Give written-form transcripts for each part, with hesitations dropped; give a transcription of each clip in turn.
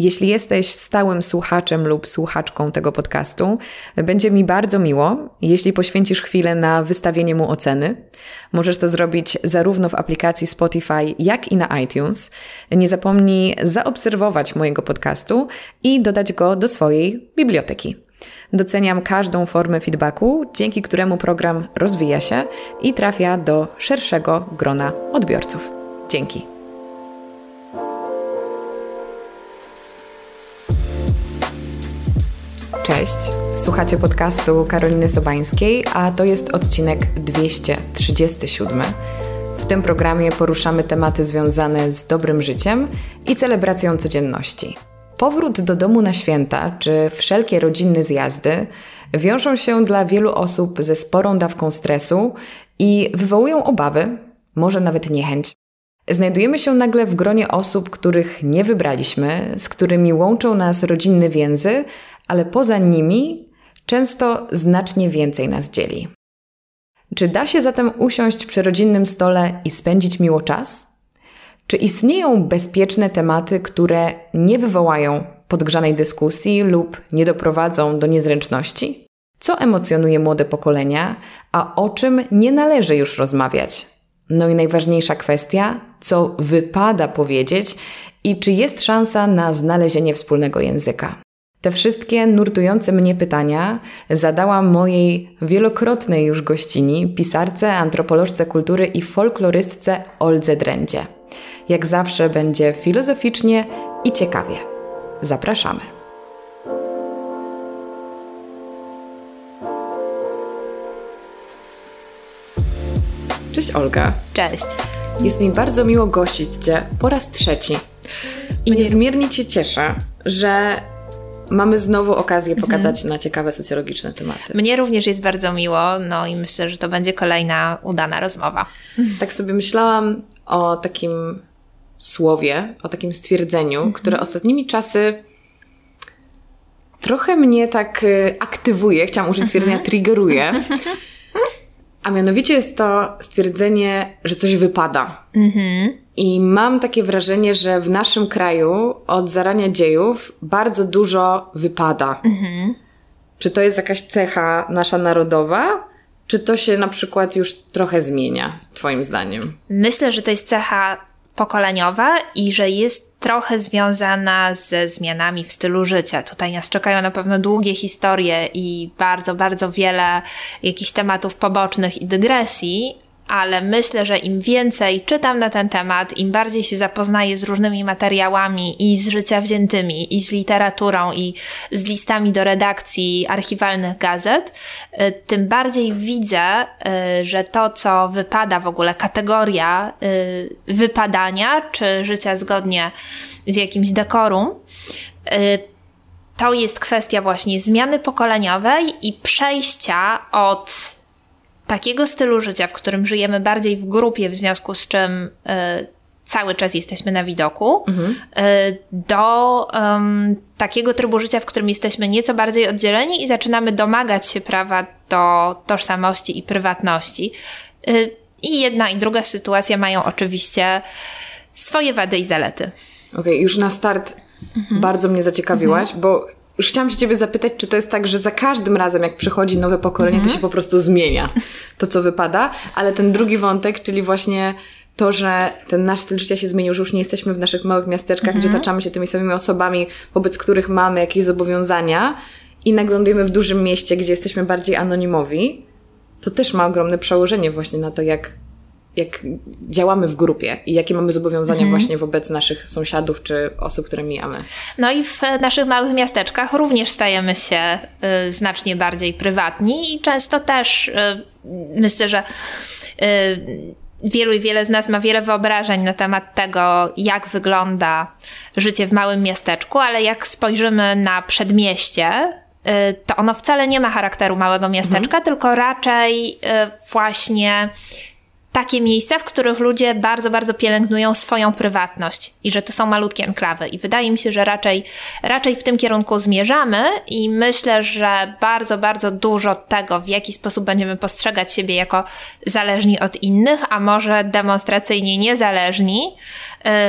Jeśli jesteś stałym słuchaczem lub słuchaczką tego podcastu, będzie mi bardzo miło, jeśli poświęcisz chwilę na wystawienie mu oceny. Możesz to zrobić zarówno w aplikacji Spotify, jak i na iTunes. Nie zapomnij zaobserwować mojego podcastu i dodać go do swojej biblioteki. Doceniam każdą formę feedbacku, dzięki któremu program rozwija się i trafia do szerszego grona odbiorców. Dzięki. Cześć, słuchacie podcastu Karoliny Sobańskiej, a to jest odcinek 237. W tym programie poruszamy tematy związane z dobrym życiem i celebracją codzienności. Powrót do domu na święta czy wszelkie rodzinne zjazdy wiążą się dla wielu osób ze sporą dawką stresu i wywołują obawy, może nawet niechęć. Znajdujemy się nagle w gronie osób, których nie wybraliśmy, z którymi łączą nas rodzinne więzy, ale poza nimi często znacznie więcej nas dzieli. Czy da się zatem usiąść przy rodzinnym stole i spędzić miło czas? Czy istnieją bezpieczne tematy, które nie wywołają podgrzanej dyskusji lub nie doprowadzą do niezręczności? Co emocjonuje młode pokolenia, a o czym nie należy już rozmawiać? No i najważniejsza kwestia, co wypada powiedzieć i czy jest szansa na znalezienie wspólnego języka? Te wszystkie nurtujące mnie pytania zadałam mojej wielokrotnej już gościni, pisarce, antropolożce kultury i folklorystce Oldze Drędzie. Jak zawsze będzie filozoficznie i ciekawie. Zapraszamy. Cześć Olga. Cześć. Jest mi bardzo miło gościć Cię po raz trzeci. I niezmiernie Cię cieszę, że mamy znowu okazję pogadać na ciekawe socjologiczne tematy. Mnie również jest bardzo miło, no i myślę, że to będzie kolejna udana rozmowa. Tak sobie myślałam o takim słowie, o takim stwierdzeniu, które ostatnimi czasy trochę mnie tak aktywuje, chciałam użyć stwierdzenia triggeruje, a mianowicie jest to stwierdzenie, że coś wypada. I mam takie wrażenie, że w naszym kraju od zarania dziejów bardzo dużo wypada. Czy to jest jakaś cecha nasza narodowa, czy to się na przykład już trochę zmienia, Twoim zdaniem? Myślę, że to jest cecha pokoleniowa i że jest trochę związana ze zmianami w stylu życia. Tutaj nas czekają na pewno długie historie i bardzo, bardzo wiele jakichś tematów pobocznych i dygresji, ale myślę, że im więcej czytam na ten temat, im bardziej się zapoznaję z różnymi materiałami i z życia wziętymi, i z literaturą, i z listami do redakcji archiwalnych gazet, tym bardziej widzę, że to, co wypada w ogóle, kategoria wypadania, czy życia zgodnie z jakimś dekorum, to jest kwestia właśnie zmiany pokoleniowej i przejścia od takiego stylu życia, w którym żyjemy bardziej w grupie, w związku z czym cały czas jesteśmy na widoku, do takiego trybu życia, w którym jesteśmy nieco bardziej oddzieleni i zaczynamy domagać się prawa do tożsamości i prywatności. I jedna i druga sytuacja mają oczywiście swoje wady i zalety. Okej, już na start bardzo mnie zaciekawiłaś, bo już chciałam się Ciebie zapytać, czy to jest tak, że za każdym razem, jak przychodzi nowe pokolenie, to się po prostu zmienia to, co wypada, ale ten drugi wątek, czyli właśnie to, że ten nasz styl życia się zmienił, że już nie jesteśmy w naszych małych miasteczkach, gdzie taczamy się tymi samymi osobami, wobec których mamy jakieś zobowiązania i nagle lądujemy w dużym mieście, gdzie jesteśmy bardziej anonimowi, to też ma ogromne przełożenie właśnie na to, jak działamy w grupie i jakie mamy zobowiązania właśnie wobec naszych sąsiadów czy osób, które mijamy. No i w naszych małych miasteczkach również stajemy się znacznie bardziej prywatni i często też myślę, że wiele z nas ma wiele wyobrażeń na temat tego, jak wygląda życie w małym miasteczku, ale jak spojrzymy na przedmieście, to ono wcale nie ma charakteru małego miasteczka, tylko raczej właśnie takie miejsca, w których ludzie bardzo, bardzo pielęgnują swoją prywatność i że to są malutkie enklawy. I wydaje mi się, że raczej w tym kierunku zmierzamy i myślę, że bardzo, bardzo dużo tego, w jaki sposób będziemy postrzegać siebie jako zależni od innych, a może demonstracyjnie niezależni,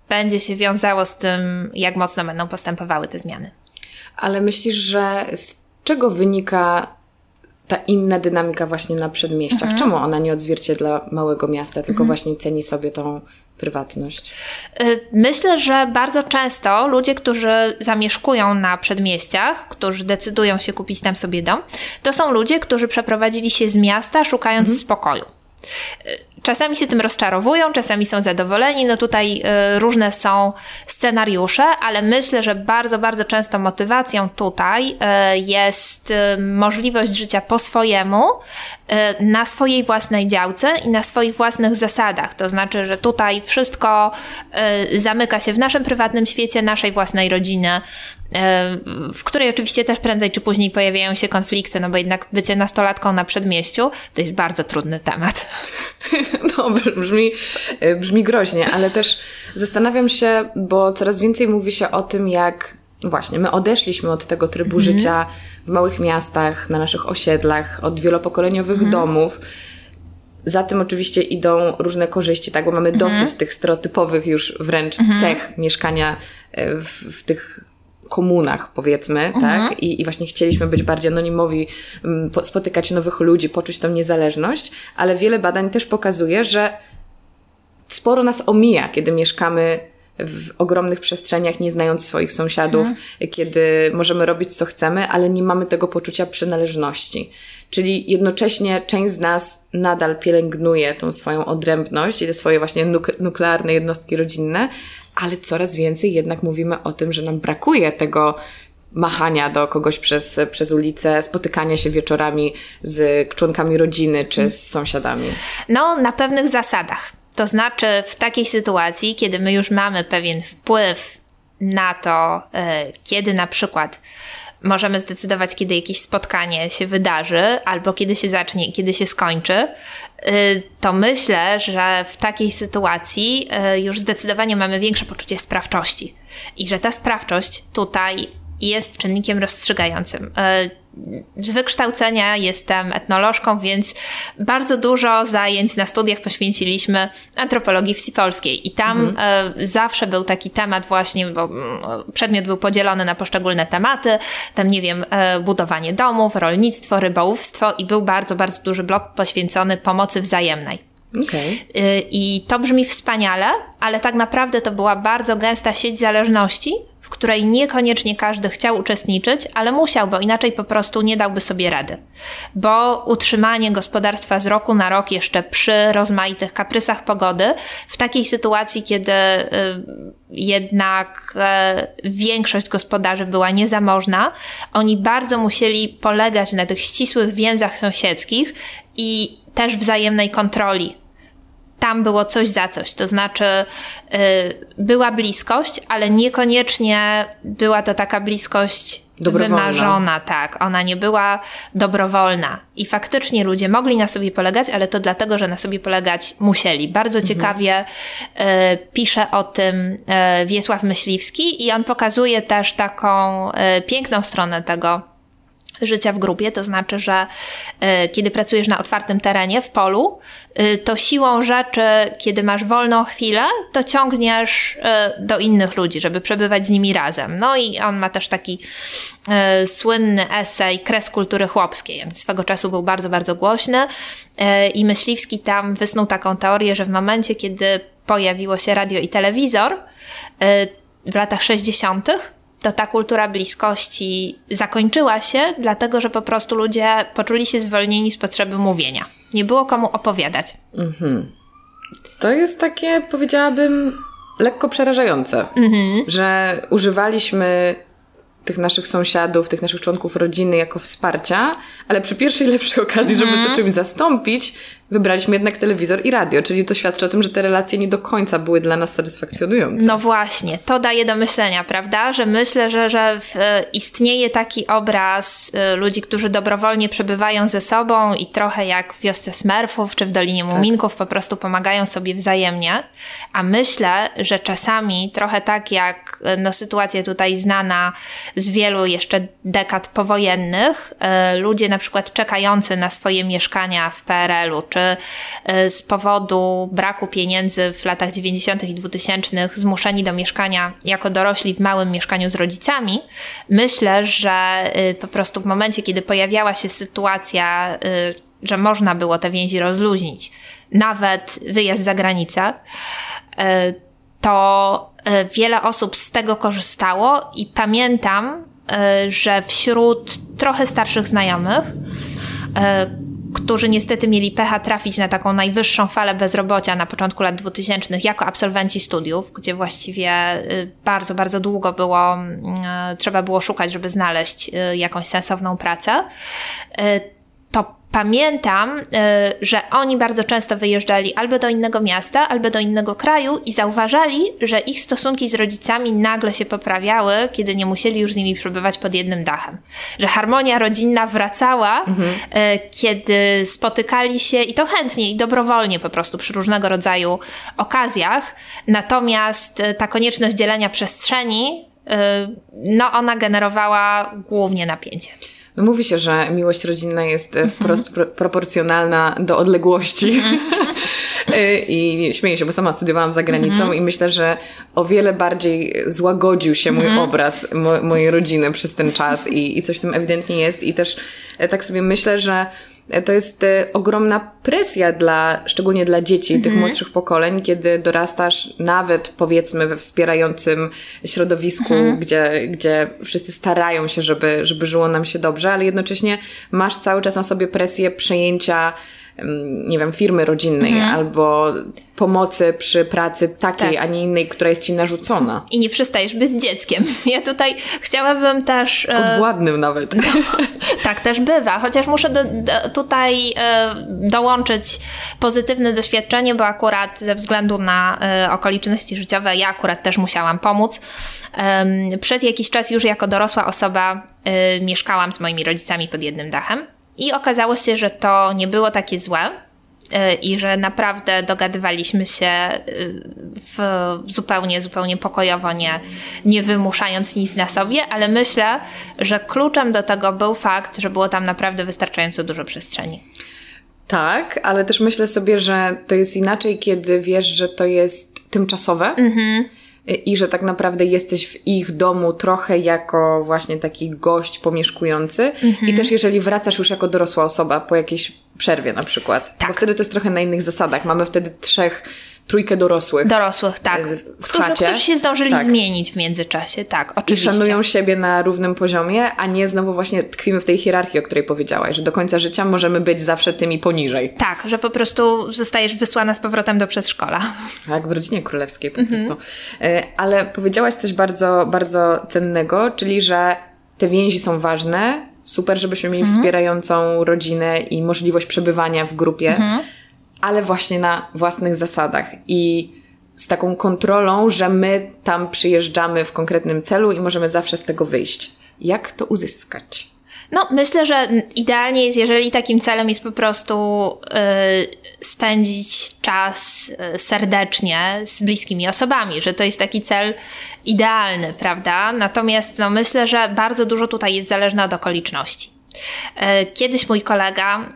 będzie się wiązało z tym, jak mocno będą postępowały te zmiany. Ale myślisz, że z czego wynika ta inna dynamika właśnie na przedmieściach? Czemu ona nie odzwierciedla małego miasta, tylko właśnie ceni sobie tą prywatność? Myślę, że bardzo często ludzie, którzy zamieszkują na przedmieściach, którzy decydują się kupić tam sobie dom, to są ludzie, którzy przeprowadzili się z miasta szukając spokoju. Czasami się tym rozczarowują, czasami są zadowoleni, no tutaj różne są scenariusze, ale myślę, że bardzo, bardzo często motywacją tutaj jest możliwość życia po swojemu, na swojej własnej działce i na swoich własnych zasadach. To znaczy, że tutaj wszystko zamyka się w naszym prywatnym świecie, naszej własnej rodziny, w której oczywiście też prędzej czy później pojawiają się konflikty, no bo jednak bycie nastolatką na przedmieściu to jest bardzo trudny temat. No, brzmi groźnie, ale też zastanawiam się, bo coraz więcej mówi się o tym, jak właśnie my odeszliśmy od tego trybu życia w małych miastach, na naszych osiedlach, od wielopokoleniowych domów. Za tym oczywiście idą różne korzyści, tak, bo mamy dosyć tych stereotypowych już wręcz cech mieszkania w tych komunach, powiedzmy, tak? I właśnie chcieliśmy być bardziej anonimowi, spotykać nowych ludzi, poczuć tą niezależność, ale wiele badań też pokazuje, że sporo nas omija, kiedy mieszkamy w ogromnych przestrzeniach, nie znając swoich sąsiadów, kiedy możemy robić co chcemy, ale nie mamy tego poczucia przynależności. Czyli jednocześnie część z nas nadal pielęgnuje tą swoją odrębność i te swoje właśnie nuklearne jednostki rodzinne, ale coraz więcej jednak mówimy o tym, że nam brakuje tego machania do kogoś przez ulicę, spotykania się wieczorami z członkami rodziny czy z sąsiadami. No, na pewnych zasadach. To znaczy w takiej sytuacji, kiedy my już mamy pewien wpływ na to, kiedy na przykład możemy zdecydować, kiedy jakieś spotkanie się wydarzy, albo kiedy się zacznie, kiedy się skończy, to myślę, że w takiej sytuacji już zdecydowanie mamy większe poczucie sprawczości. I że ta sprawczość tutaj jest czynnikiem rozstrzygającym. Z wykształcenia jestem etnolożką, więc bardzo dużo zajęć na studiach poświęciliśmy antropologii wsi polskiej i tam zawsze był taki temat właśnie, bo przedmiot był podzielony na poszczególne tematy, tam nie wiem, budowanie domów, rolnictwo, rybołówstwo i był bardzo, bardzo duży blok poświęcony pomocy wzajemnej. Okay. I to brzmi wspaniale, ale tak naprawdę to była bardzo gęsta sieć zależności, w której niekoniecznie każdy chciał uczestniczyć, ale musiał, bo inaczej po prostu nie dałby sobie rady. Bo utrzymanie gospodarstwa z roku na rok jeszcze przy rozmaitych kaprysach pogody, w takiej sytuacji, kiedy jednak większość gospodarzy była niezamożna, oni bardzo musieli polegać na tych ścisłych więzach sąsiedzkich i też wzajemnej kontroli. Tam było coś za coś, to znaczy była bliskość, ale niekoniecznie była to taka bliskość wymarzona, tak. Ona nie była dobrowolna. I faktycznie ludzie mogli na sobie polegać, ale to dlatego, że na sobie polegać musieli. Bardzo ciekawie pisze o tym Wiesław Myśliwski i on pokazuje też taką piękną stronę tego życia w grupie, to znaczy, że kiedy pracujesz na otwartym terenie, w polu, to siłą rzeczy, kiedy masz wolną chwilę, to ciągniesz do innych ludzi, żeby przebywać z nimi razem. No i on ma też taki słynny esej Kres kultury chłopskiej. On swego czasu był bardzo, bardzo głośny i Myśliwski tam wysnuł taką teorię, że w momencie, kiedy pojawiło się radio i telewizor w latach 60., to ta kultura bliskości zakończyła się, dlatego że po prostu ludzie poczuli się zwolnieni z potrzeby mówienia. Nie było komu opowiadać. To jest takie, powiedziałabym, lekko przerażające, że używaliśmy tych naszych sąsiadów, tych naszych członków rodziny jako wsparcia, ale przy pierwszej lepszej okazji, żeby to czymś zastąpić, wybraliśmy jednak telewizor i radio, czyli to świadczy o tym, że te relacje nie do końca były dla nas satysfakcjonujące. No właśnie, to daje do myślenia, prawda? Że myślę, że istnieje taki obraz ludzi, którzy dobrowolnie przebywają ze sobą i trochę jak w wiosce Smurfów czy w Dolinie Muminków po prostu pomagają sobie wzajemnie, a myślę, że czasami trochę tak jak sytuacja tutaj znana z wielu jeszcze dekad powojennych, ludzie na przykład czekający na swoje mieszkania w PRL-u czy czy z powodu braku pieniędzy w latach 90. i 2000 zmuszeni do mieszkania jako dorośli w małym mieszkaniu z rodzicami, myślę, że po prostu w momencie, kiedy pojawiała się sytuacja, że można było te więzi rozluźnić, nawet wyjazd za granicę, to wiele osób z tego korzystało i pamiętam, że wśród trochę starszych znajomych, którzy niestety mieli pecha trafić na taką najwyższą falę bezrobocia na początku lat 2000 jako absolwenci studiów, gdzie właściwie bardzo, bardzo długo trzeba było szukać, żeby znaleźć jakąś sensowną pracę, to pamiętam, że oni bardzo często wyjeżdżali albo do innego miasta, albo do innego kraju i zauważali, że ich stosunki z rodzicami nagle się poprawiały, kiedy nie musieli już z nimi przebywać pod jednym dachem. Że harmonia rodzinna wracała, kiedy spotykali się i to chętnie i dobrowolnie po prostu przy różnego rodzaju okazjach. Natomiast ta konieczność dzielenia przestrzeni, ona generowała głównie napięcie. No mówi się, że miłość rodzinna jest wprost proporcjonalna do odległości. I śmieję się, bo sama studiowałam za granicą i myślę, że o wiele bardziej złagodził się mój obraz mojej rodziny przez ten czas i coś w tym ewidentnie jest. I też tak sobie myślę, że to jest ogromna presja szczególnie dla dzieci, tych młodszych pokoleń, kiedy dorastasz nawet powiedzmy we wspierającym środowisku, gdzie wszyscy starają się, żeby żyło nam się dobrze, ale jednocześnie masz cały czas na sobie presję przejęcia, nie wiem, firmy rodzinnej albo pomocy przy pracy takiej, a nie innej, która jest ci narzucona. I nie przestajesz być dzieckiem. Ja tutaj chciałabym też... Podwładnym nawet. Tak też bywa, chociaż muszę tutaj dołączyć pozytywne doświadczenie, bo akurat ze względu na okoliczności życiowe ja akurat też musiałam pomóc. Przez jakiś czas już jako dorosła osoba mieszkałam z moimi rodzicami pod jednym dachem. I okazało się, że to nie było takie złe i że naprawdę dogadywaliśmy się zupełnie pokojowo, nie wymuszając nic na sobie, ale myślę, że kluczem do tego był fakt, że było tam naprawdę wystarczająco dużo przestrzeni. Tak, ale też myślę sobie, że to jest inaczej, kiedy wiesz, że to jest tymczasowe. I że tak naprawdę jesteś w ich domu trochę jako właśnie taki gość pomieszkujący. I też jeżeli wracasz już jako dorosła osoba po jakiejś przerwie na przykład. Tak. Bo wtedy to jest trochę na innych zasadach. Mamy wtedy trójkę dorosłych. Dorosłych, tak. Którzy się zdążyli zmienić w międzyczasie, tak, oczywiście. I szanują siebie na równym poziomie, a nie znowu właśnie tkwimy w tej hierarchii, o której powiedziałaś, że do końca życia możemy być zawsze tymi poniżej. Tak, że po prostu zostajesz wysłana z powrotem do przedszkola. Tak, w rodzinie królewskiej po prostu. Ale powiedziałaś coś bardzo, bardzo cennego, czyli że te więzi są ważne, super, żebyśmy mieli wspierającą rodzinę i możliwość przebywania w grupie, ale właśnie na własnych zasadach i z taką kontrolą, że my tam przyjeżdżamy w konkretnym celu i możemy zawsze z tego wyjść. Jak to uzyskać? No, myślę, że idealnie jest, jeżeli takim celem jest po prostu spędzić czas serdecznie z bliskimi osobami, że to jest taki cel idealny, prawda? Natomiast myślę, że bardzo dużo tutaj jest zależne od okoliczności. Kiedyś mój kolega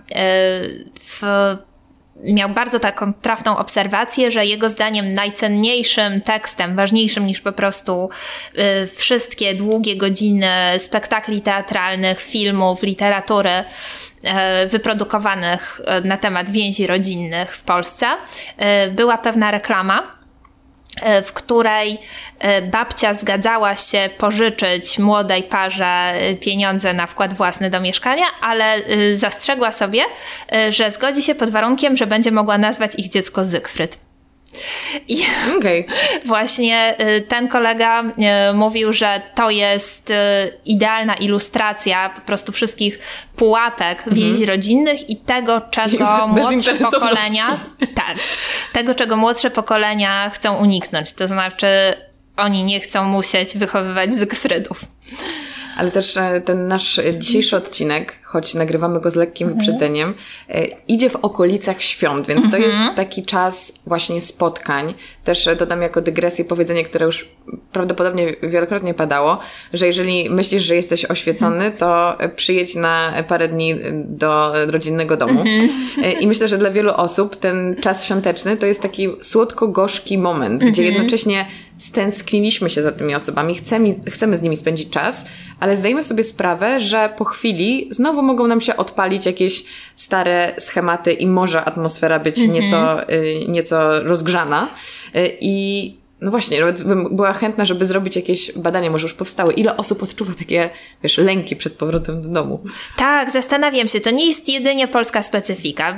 miał bardzo taką trafną obserwację, że jego zdaniem najcenniejszym tekstem, ważniejszym niż po prostu wszystkie długie godziny spektakli teatralnych, filmów, literatury wyprodukowanych na temat więzi rodzinnych w Polsce, była pewna reklama, w której babcia zgadzała się pożyczyć młodej parze pieniądze na wkład własny do mieszkania, ale zastrzegła sobie, że zgodzi się pod warunkiem, że będzie mogła nazwać ich dziecko Zygfryd. I właśnie ten kolega mówił, że to jest idealna ilustracja po prostu wszystkich pułapek więzi rodzinnych i tego, czego młodsze pokolenia, tego, czego młodsze pokolenia chcą uniknąć. To znaczy, oni nie chcą musieć wychowywać Zygfrydów. Ale też ten nasz dzisiejszy odcinek, choć nagrywamy go z lekkim wyprzedzeniem, idzie w okolicach świąt, więc to jest taki czas właśnie spotkań. Też dodam jako dygresję powiedzenie, które już prawdopodobnie wielokrotnie padało, że jeżeli myślisz, że jesteś oświecony, to przyjedź na parę dni do rodzinnego domu. I myślę, że dla wielu osób ten czas świąteczny to jest taki słodko-gorzki moment, gdzie jednocześnie stęskniliśmy się za tymi osobami, chcemy z nimi spędzić czas, ale zdajemy sobie sprawę, że po chwili znowu mogą nam się odpalić jakieś stare schematy i może atmosfera być nieco rozgrzana. I no właśnie, nawet bym była chętna, żeby zrobić jakieś badania, może już powstały. Ile osób odczuwa takie, lęki przed powrotem do domu? Tak, zastanawiam się. To nie jest jedynie polska specyfika.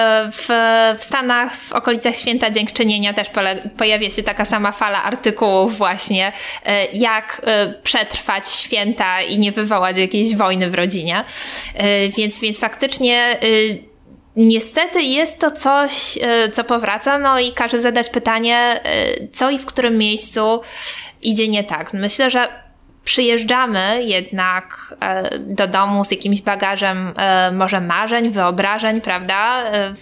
W Stanach, w okolicach Święta Dziękczynienia też pojawia się taka sama fala artykułów właśnie, jak przetrwać święta i nie wywołać jakiejś wojny w rodzinie. Więc faktycznie... Niestety jest to coś, co powraca, no i każe zadać pytanie, co i w którym miejscu idzie nie tak. Myślę, że przyjeżdżamy jednak do domu z jakimś bagażem może marzeń, wyobrażeń, prawda?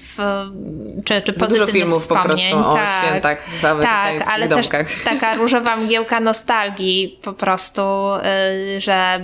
Czy pozytywnych dużo filmów wspomnień. Po prostu o świętach w amerykańskich ale domkach. Też taka różowa mgiełka nostalgii po prostu, że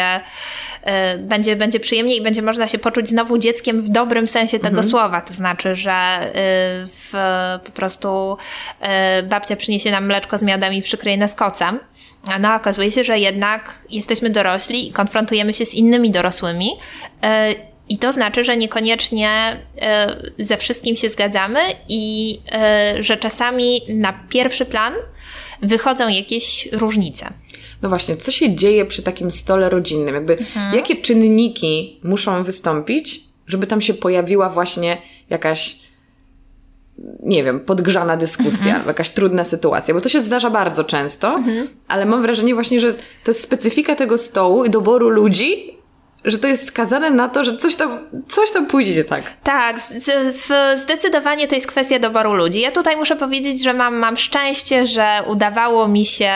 będzie przyjemnie i będzie można się poczuć znowu dzieckiem w dobrym sensie tego słowa. To znaczy, że po prostu babcia przyniesie nam mleczko z miodem i przykryje nas kocem. No, okazuje się, że jednak jesteśmy dorośli i konfrontujemy się z innymi dorosłymi i to znaczy, że niekoniecznie ze wszystkim się zgadzamy i że czasami na pierwszy plan wychodzą jakieś różnice. No właśnie, co się dzieje przy takim stole rodzinnym? Jakie czynniki muszą wystąpić, żeby tam się pojawiła właśnie jakaś, nie wiem, podgrzana dyskusja, albo jakaś trudna sytuacja, bo to się zdarza bardzo często, ale mam wrażenie właśnie, że to jest specyfika tego stołu i doboru ludzi, że to jest skazane na to, że coś tam pójdzie tak. Tak, zdecydowanie to jest kwestia doboru ludzi. Ja tutaj muszę powiedzieć, że mam szczęście, że udawało mi się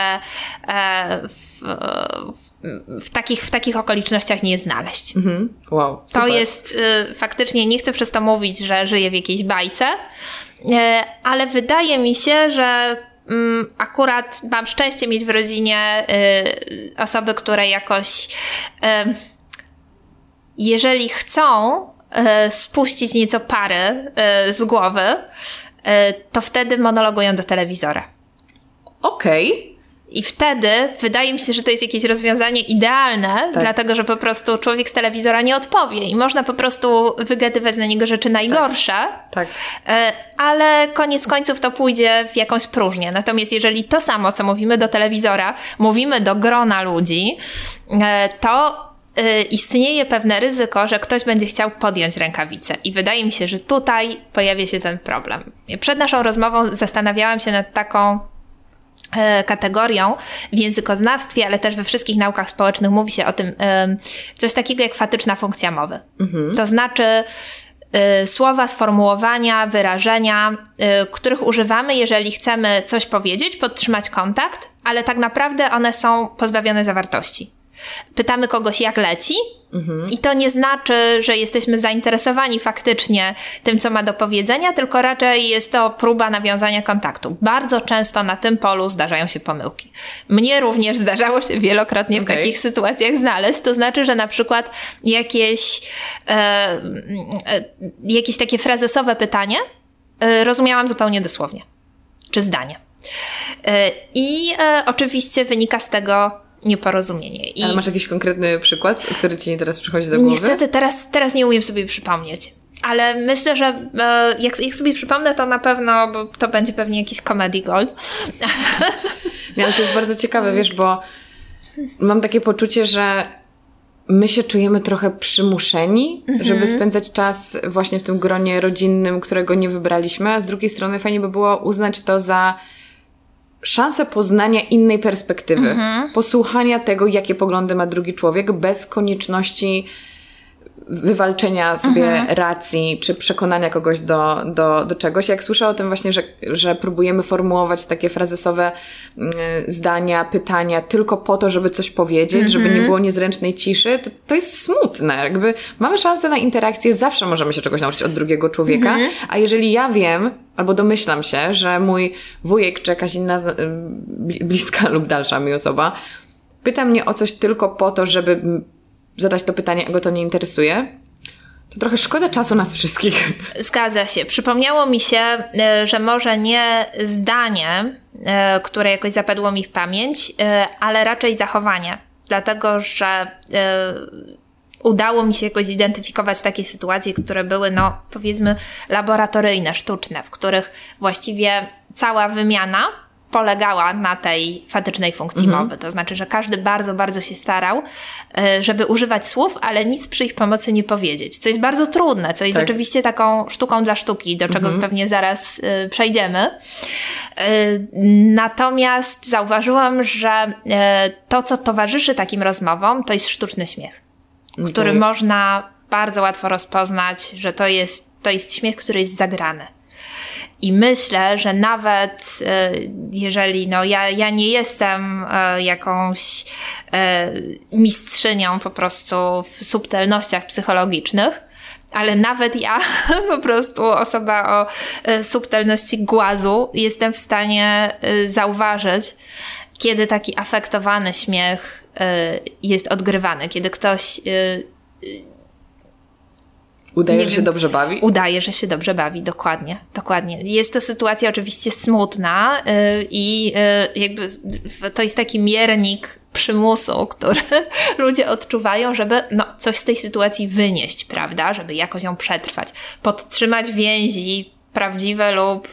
w takich okolicznościach nie znaleźć. Wow, super. To jest faktycznie, nie chcę przez to mówić, że żyję w jakiejś bajce, ale wydaje mi się, że akurat mam szczęście mieć w rodzinie osoby, które jakoś jeżeli chcą spuścić nieco pary z głowy, to wtedy monologują do telewizora. Okej. I wtedy wydaje mi się, że to jest jakieś rozwiązanie idealne, dlatego że po prostu człowiek z telewizora nie odpowie i można po prostu wygadywać na niego rzeczy najgorsze, ale koniec końców to pójdzie w jakąś próżnię. Natomiast jeżeli to samo, co mówimy do telewizora, mówimy do grona ludzi, to istnieje pewne ryzyko, że ktoś będzie chciał podjąć rękawice. I wydaje mi się, że tutaj pojawia się ten problem. Przed naszą rozmową zastanawiałam się nad taką kategorią w językoznawstwie, ale też we wszystkich naukach społecznych mówi się o tym coś takiego jak fatyczna funkcja mowy. To znaczy słowa, sformułowania, wyrażenia, których używamy, jeżeli chcemy coś powiedzieć, podtrzymać kontakt, ale tak naprawdę one są pozbawione zawartości. Pytamy kogoś, jak leci, i to nie znaczy, że jesteśmy zainteresowani faktycznie tym, co ma do powiedzenia, tylko raczej jest to próba nawiązania kontaktu. Bardzo często na tym polu zdarzają się pomyłki. Mnie również zdarzało się wielokrotnie w takich sytuacjach znaleźć. To znaczy, że na przykład jakieś takie frazesowe pytanie rozumiałam zupełnie dosłownie. Czy zdanie. I oczywiście wynika z tego nieporozumienie. Ale masz jakiś konkretny przykład, który ci teraz przychodzi do głowy? Niestety teraz nie umiem sobie przypomnieć. Ale myślę, że jak sobie przypomnę, to na pewno, bo to będzie pewnie jakiś comedy gold. Nie, ale to jest bardzo ciekawe, wiesz, bo mam takie poczucie, że my się czujemy trochę przymuszeni, żeby spędzać czas właśnie w tym gronie rodzinnym, którego nie wybraliśmy, a z drugiej strony fajnie by było uznać to za szansę poznania innej perspektywy, posłuchania tego, jakie poglądy ma drugi człowiek, bez konieczności wywalczenia sobie racji, czy przekonania kogoś do czegoś. Jak słyszę o tym właśnie, że próbujemy formułować takie frazesowe zdania, pytania tylko po to, żeby coś powiedzieć, żeby nie było niezręcznej ciszy, to jest smutne. Jakby mamy szansę na interakcję, zawsze możemy się czegoś nauczyć od drugiego człowieka, a jeżeli ja wiem, albo domyślam się, że mój wujek, czy jakaś inna bliska lub dalsza mi osoba pyta mnie o coś tylko po to, żeby zadać to pytanie, a go to nie interesuje, to trochę szkoda czasu nas wszystkich. Zgadza się. Przypomniało mi się, że może nie zdanie, które jakoś zapadło mi w pamięć, ale raczej zachowanie. Dlatego, że udało mi się jakoś zidentyfikować takie sytuacje, które były, powiedzmy, laboratoryjne, sztuczne, w których właściwie cała wymiana polegała na tej fatycznej funkcji mowy. To znaczy, że każdy bardzo, bardzo się starał, żeby używać słów, ale nic przy ich pomocy nie powiedzieć. Co jest bardzo trudne, co jest oczywiście taką sztuką dla sztuki, do czego pewnie zaraz przejdziemy. Natomiast zauważyłam, że to, co towarzyszy takim rozmowom, to jest sztuczny śmiech, który można bardzo łatwo rozpoznać, że to jest śmiech, który jest zagrany. I myślę, że nawet jeżeli ja nie jestem jakąś mistrzynią po prostu w subtelnościach psychologicznych, ale nawet ja, po prostu osoba o subtelności głazu, jestem w stanie zauważyć, kiedy taki afektowany śmiech jest odgrywany, kiedy ktoś udaje, że się dobrze bawi? Udaje, że się dobrze bawi, dokładnie. Jest to sytuacja oczywiście smutna i jakby to jest taki miernik przymusu, który ludzie odczuwają, żeby coś z tej sytuacji wynieść, prawda? Żeby jakoś ją przetrwać. Podtrzymać więzi prawdziwe lub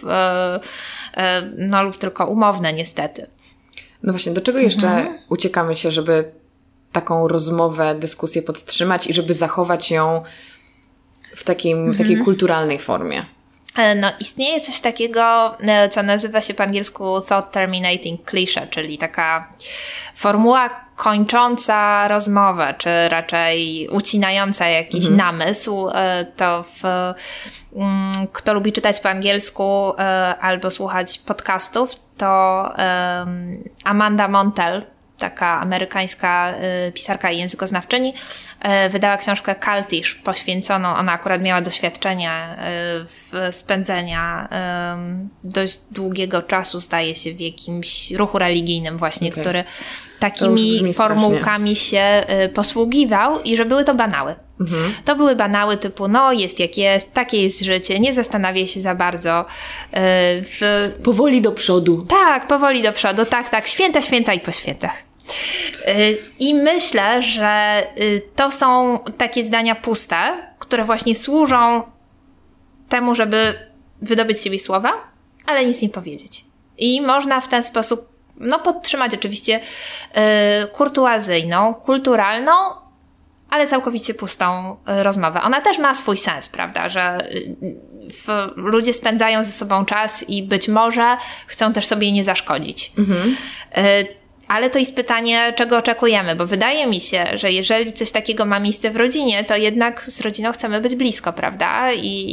tylko umowne niestety. No właśnie, do czego jeszcze uciekamy się, żeby taką rozmowę, dyskusję podtrzymać i żeby zachować ją w takiej kulturalnej formie? Istnieje coś takiego, co nazywa się po angielsku thought terminating cliché, czyli taka formuła kończąca rozmowę, czy raczej ucinająca jakiś namysł. To kto lubi czytać po angielsku albo słuchać podcastów, to Amanda Montell, taka amerykańska pisarka i językoznawczyni, wydała książkę Cultish, poświęconą, ona akurat miała doświadczenie spędzenia dość długiego czasu, zdaje się, w jakimś ruchu religijnym właśnie, który takimi formułkami się posługiwał i że były to banały. To były banały typu, jest jak jest, takie jest życie, nie zastanawiaj się za bardzo. Powoli do przodu. Tak, powoli do przodu, tak, święta i po świętach. I myślę, że to są takie zdania puste, które właśnie służą temu, żeby wydobyć z siebie słowa, ale nic nie powiedzieć. I można w ten sposób podtrzymać oczywiście kurtuazyjną, kulturalną, ale całkowicie pustą rozmowę. Ona też ma swój sens, prawda, że ludzie spędzają ze sobą czas i być może chcą też sobie nie zaszkodzić. Ale to jest pytanie, czego oczekujemy, bo wydaje mi się, że jeżeli coś takiego ma miejsce w rodzinie, to jednak z rodziną chcemy być blisko, prawda?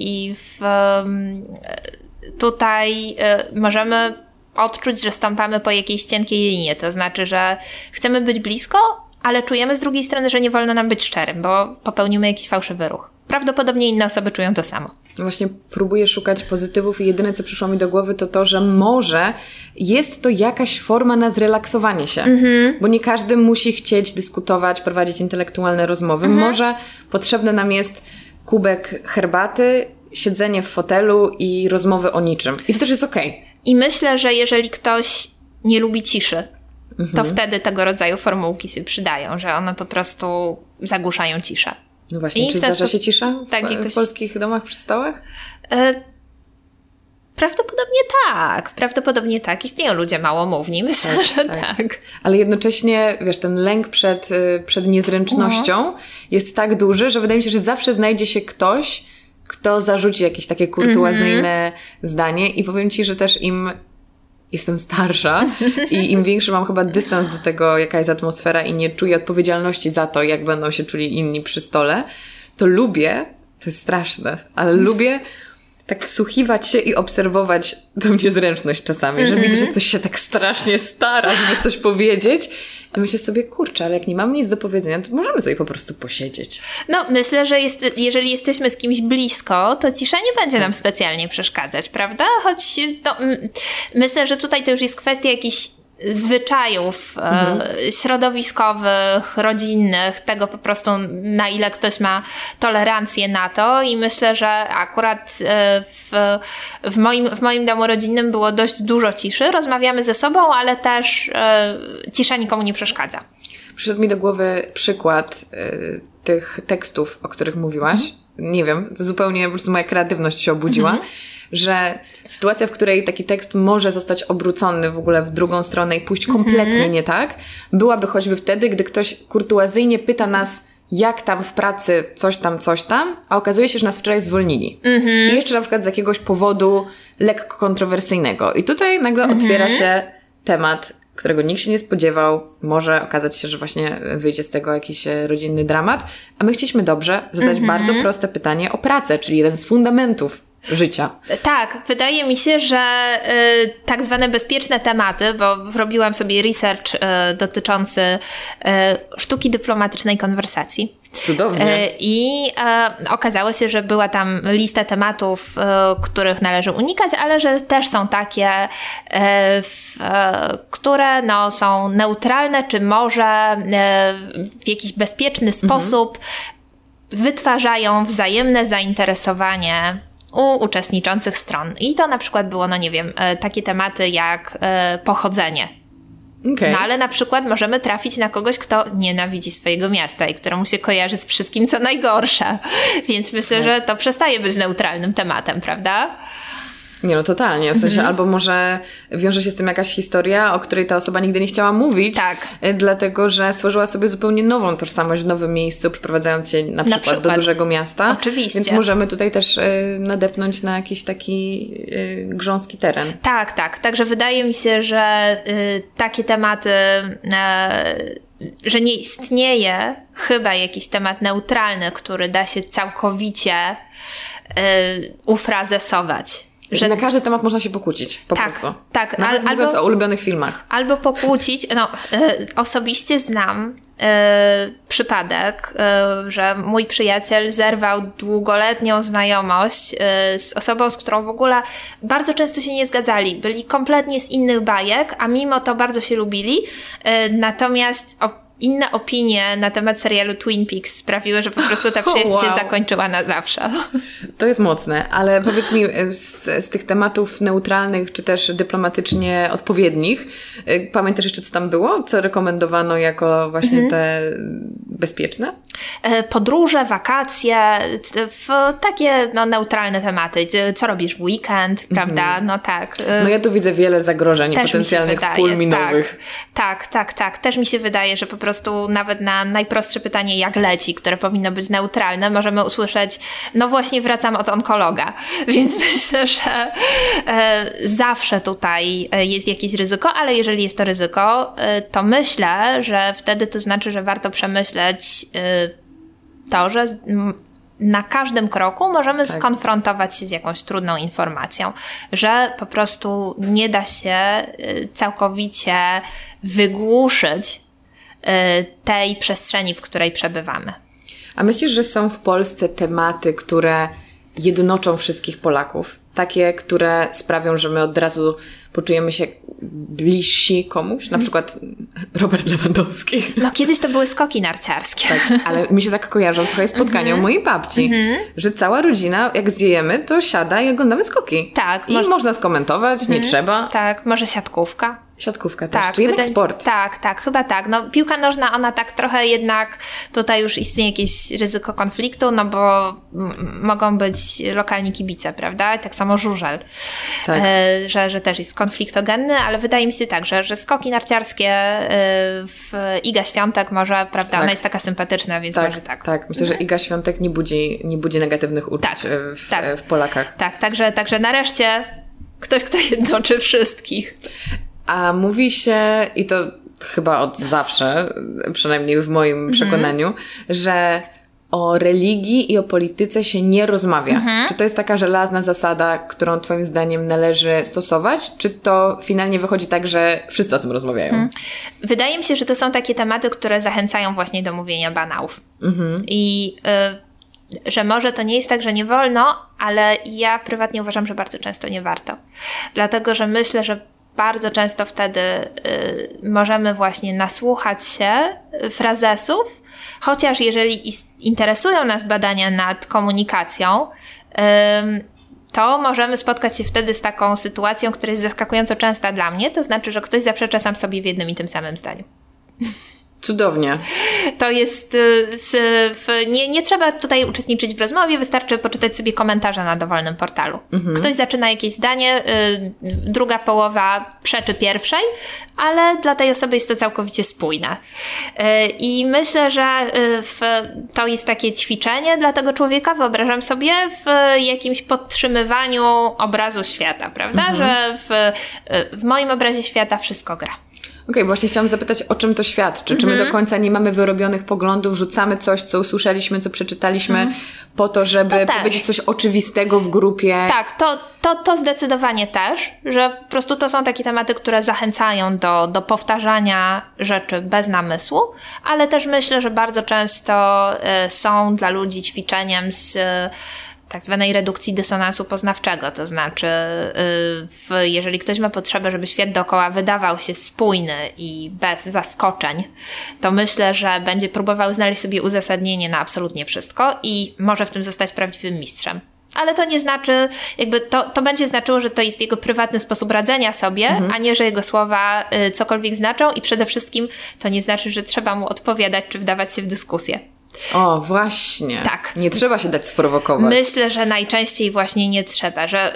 Tutaj możemy odczuć, że stąpamy po jakiejś cienkiej linii. To znaczy, że chcemy być blisko, ale czujemy z drugiej strony, że nie wolno nam być szczerym, bo popełnimy jakiś fałszywy ruch. Prawdopodobnie inne osoby czują to samo. Właśnie próbuję szukać pozytywów i jedyne, co przyszło mi do głowy, to, że może jest to jakaś forma na zrelaksowanie się, bo nie każdy musi chcieć dyskutować, prowadzić intelektualne rozmowy. Może potrzebny nam jest kubek herbaty, siedzenie w fotelu i rozmowy o niczym. I to też jest okej. I myślę, że jeżeli ktoś nie lubi ciszy, to wtedy tego rodzaju formułki się przydają, że one po prostu zagłuszają ciszę. No właśnie, czy zdarza się cisza w polskich domach przy stołach? Prawdopodobnie tak. Istnieją ludzie małomówni, myślę, że tak. Ale jednocześnie, ten lęk przed niezręcznością jest tak duży, że wydaje mi się, że zawsze znajdzie się ktoś, kto zarzuci jakieś takie kurtuazyjne zdanie i powiem Ci, że też jestem starsza i im większy mam chyba dystans do tego, jaka jest atmosfera i nie czuję odpowiedzialności za to, jak będą się czuli inni przy stole, to lubię, to jest straszne, ale lubię tak wsłuchiwać się i obserwować tą niezręczność czasami, że widzę, że ktoś się tak strasznie stara, żeby coś powiedzieć. A myślę sobie, kurczę, ale jak nie mamy nic do powiedzenia, to możemy sobie po prostu posiedzieć. No, myślę, że jeżeli jesteśmy z kimś blisko, to cisza nie będzie nam specjalnie przeszkadzać, prawda? Choć myślę, że tutaj to już jest kwestia jakichś zwyczajów środowiskowych, rodzinnych, tego po prostu, na ile ktoś ma tolerancję na to, i myślę, że akurat w moim domu rodzinnym było dość dużo ciszy, rozmawiamy ze sobą, ale też cisza nikomu nie przeszkadza. Przyszedł mi do głowy przykład tych tekstów, o których mówiłaś. Nie wiem, to zupełnie po prostu moja kreatywność się obudziła. Że sytuacja, w której taki tekst może zostać obrócony w ogóle w drugą stronę i pójść kompletnie nie tak, byłaby choćby wtedy, gdy ktoś kurtuazyjnie pyta nas, jak tam w pracy coś tam, a okazuje się, że nas wczoraj zwolnili. I jeszcze na przykład z jakiegoś powodu lekko kontrowersyjnego. I tutaj nagle otwiera się temat, którego nikt się nie spodziewał. Może okazać się, że właśnie wyjdzie z tego jakiś rodzinny dramat. A my chcieliśmy dobrze zadać bardzo proste pytanie o pracę, czyli jeden z fundamentów życia. Tak, wydaje mi się, że tak zwane bezpieczne tematy, bo robiłam sobie research dotyczący sztuki dyplomatycznej konwersacji. Cudownie. I okazało się, że była tam lista tematów, których należy unikać, ale że też są takie, które są neutralne, czy może w jakiś bezpieczny sposób wytwarzają wzajemne zainteresowanie u uczestniczących stron. I to na przykład było, takie tematy jak pochodzenie. Okay. No ale na przykład możemy trafić na kogoś, kto nienawidzi swojego miasta i któremu się kojarzy z wszystkim, co najgorsze. Więc myślę, że to przestaje być neutralnym tematem, prawda? Nie, no totalnie. W sensie albo może wiąże się z tym jakaś historia, o której ta osoba nigdy nie chciała mówić. Tak. Dlatego, że stworzyła sobie zupełnie nową tożsamość w nowym miejscu, przeprowadzając się na przykład do dużego miasta. Oczywiście. Więc możemy tutaj też nadepnąć na jakiś taki grząski teren. Tak. Także wydaje mi się, że takie tematy... że nie istnieje chyba jakiś temat neutralny, który da się całkowicie ufrazesować. Że na każdy temat można się pokłócić, po prostu. Tak. Nawet mówiąc o ulubionych filmach. Albo pokłócić. Osobiście znam przypadek, że mój przyjaciel zerwał długoletnią znajomość z osobą, z którą w ogóle bardzo często się nie zgadzali. Byli kompletnie z innych bajek, a mimo to bardzo się lubili. Natomiast inne opinie na temat serialu Twin Peaks sprawiły, że po prostu ta przyjaźń się zakończyła na zawsze. To jest mocne, ale powiedz mi z tych tematów neutralnych, czy też dyplomatycznie odpowiednich, pamiętasz jeszcze, co tam było? Co rekomendowano jako właśnie te bezpieczne? Podróże, wakacje, takie neutralne tematy. Co robisz w weekend, prawda? No tak. No ja tu widzę wiele zagrożeń potencjalnych pól minowych. Tak. Też mi się wydaje, że po prostu nawet na najprostsze pytanie, jak leci, które powinno być neutralne, możemy usłyszeć, no właśnie wracam od onkologa. Więc myślę, że zawsze tutaj jest jakieś ryzyko, ale jeżeli jest to ryzyko, to myślę, że wtedy to znaczy, że warto przemyśleć to, że na każdym kroku możemy skonfrontować się z jakąś trudną informacją, że po prostu nie da się całkowicie wygłuszyć tej przestrzeni, w której przebywamy. A myślisz, że są w Polsce tematy, które jednoczą wszystkich Polaków? Takie, które sprawią, że my od razu poczujemy się bliżsi komuś? Na przykład Robert Lewandowski. No kiedyś to były skoki narciarskie. Tak, ale mi się tak kojarzą, słuchaj, spotkania u mojej babci, że cała rodzina, jak zjemy, to siada i oglądamy skoki. Tak. I można skomentować, nie trzeba. Tak, może siatkówka. Siatkówka też, czy jednak sport. Tak, chyba tak. No, piłka nożna, ona tak trochę jednak, tutaj już istnieje jakieś ryzyko konfliktu, no bo mogą być lokalni kibice, prawda? I tak samo żużel, że też jest konfliktogenny, ale wydaje mi się tak, że skoki narciarskie w Iga Świątek może, prawda, ona jest taka sympatyczna, więc może tak. Tak, myślę, że Iga Świątek nie budzi negatywnych uczuć w Polakach. Tak, także nareszcie ktoś, kto jednoczy wszystkich. A mówi się, i to chyba od zawsze, przynajmniej w moim przekonaniu, że o religii i o polityce się nie rozmawia. Czy to jest taka żelazna zasada, którą twoim zdaniem należy stosować? Czy to finalnie wychodzi tak, że wszyscy o tym rozmawiają? Wydaje mi się, że to są takie tematy, które zachęcają właśnie do mówienia banałów. I że może to nie jest tak, że nie wolno, ale ja prywatnie uważam, że bardzo często nie warto. Dlatego, że myślę, że bardzo często wtedy możemy właśnie nasłuchać się frazesów, chociaż jeżeli interesują nas badania nad komunikacją, to możemy spotkać się wtedy z taką sytuacją, która jest zaskakująco częsta dla mnie, to znaczy, że ktoś zaprzecza sam sobie w jednym i tym samym zdaniu. Cudownie. To jest, nie trzeba tutaj uczestniczyć w rozmowie, wystarczy poczytać sobie komentarze na dowolnym portalu. Ktoś zaczyna jakieś zdanie, druga połowa przeczy pierwszej, ale dla tej osoby jest to całkowicie spójne. I myślę, że to jest takie ćwiczenie dla tego człowieka, wyobrażam sobie, w jakimś podtrzymywaniu obrazu świata, prawda? Że w moim obrazie świata wszystko gra. Okej, właśnie chciałam zapytać, o czym to świadczy. Czy my do końca nie mamy wyrobionych poglądów, rzucamy coś, co usłyszeliśmy, co przeczytaliśmy, po to, żeby powiedzieć coś oczywistego w grupie? Tak, to zdecydowanie też, że po prostu to są takie tematy, które zachęcają do powtarzania rzeczy bez namysłu, ale też myślę, że bardzo często są dla ludzi ćwiczeniem z tak zwanej redukcji dysonansu poznawczego, to znaczy jeżeli ktoś ma potrzebę, żeby świat dookoła wydawał się spójny i bez zaskoczeń, to myślę, że będzie próbował znaleźć sobie uzasadnienie na absolutnie wszystko i może w tym zostać prawdziwym mistrzem. Ale to nie znaczy, to będzie znaczyło, że to jest jego prywatny sposób radzenia sobie, a nie, że jego słowa cokolwiek znaczą i przede wszystkim to nie znaczy, że trzeba mu odpowiadać czy wdawać się w dyskusję. O, właśnie. Tak. Nie trzeba się dać sprowokować. Myślę, że najczęściej właśnie nie trzeba, że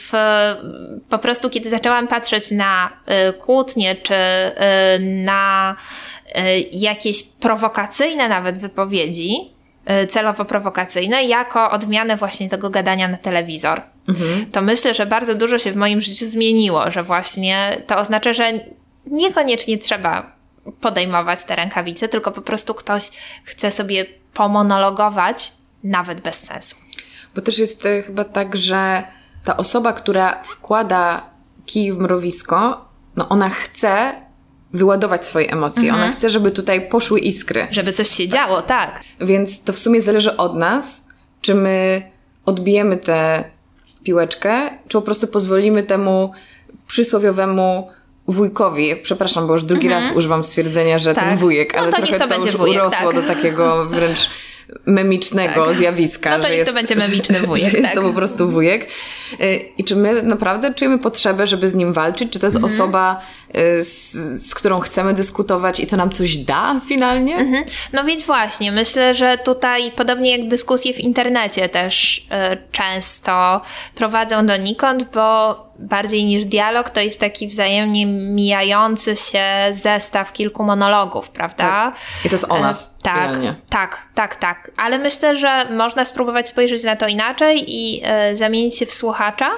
po prostu kiedy zaczęłam patrzeć na kłótnie, czy na jakieś prowokacyjne nawet wypowiedzi, celowo prowokacyjne, jako odmianę właśnie tego gadania na telewizor, to myślę, że bardzo dużo się w moim życiu zmieniło, że właśnie to oznacza, że niekoniecznie trzeba podejmować te rękawice, tylko po prostu ktoś chce sobie pomonologować nawet bez sensu. Bo też jest chyba tak, że ta osoba, która wkłada kij w mrowisko, no ona chce wyładować swoje emocje. Ona chce, żeby tutaj poszły iskry. Żeby coś się działo, tak. Więc to w sumie zależy od nas, czy my odbijemy tę piłeczkę, czy po prostu pozwolimy temu przysłowiowemu wujkowi, przepraszam, bo już drugi raz używam stwierdzenia, że ten wujek, ale to trochę to już wujek, urosło do takiego wręcz memicznego zjawiska. No to niech to będzie memiczny wujek. Że jest to po prostu wujek. I czy my naprawdę czujemy potrzebę, żeby z nim walczyć? Czy to jest osoba, z którą chcemy dyskutować i to nam coś da finalnie? No więc właśnie, myślę, że tutaj podobnie jak dyskusje w internecie też często prowadzą donikąd, bo bardziej niż dialog to jest taki wzajemnie mijający się zestaw kilku monologów, prawda? Tak. I to jest o nas. Tak. Ale myślę, że można spróbować spojrzeć na to inaczej i zamienić się w słuchacza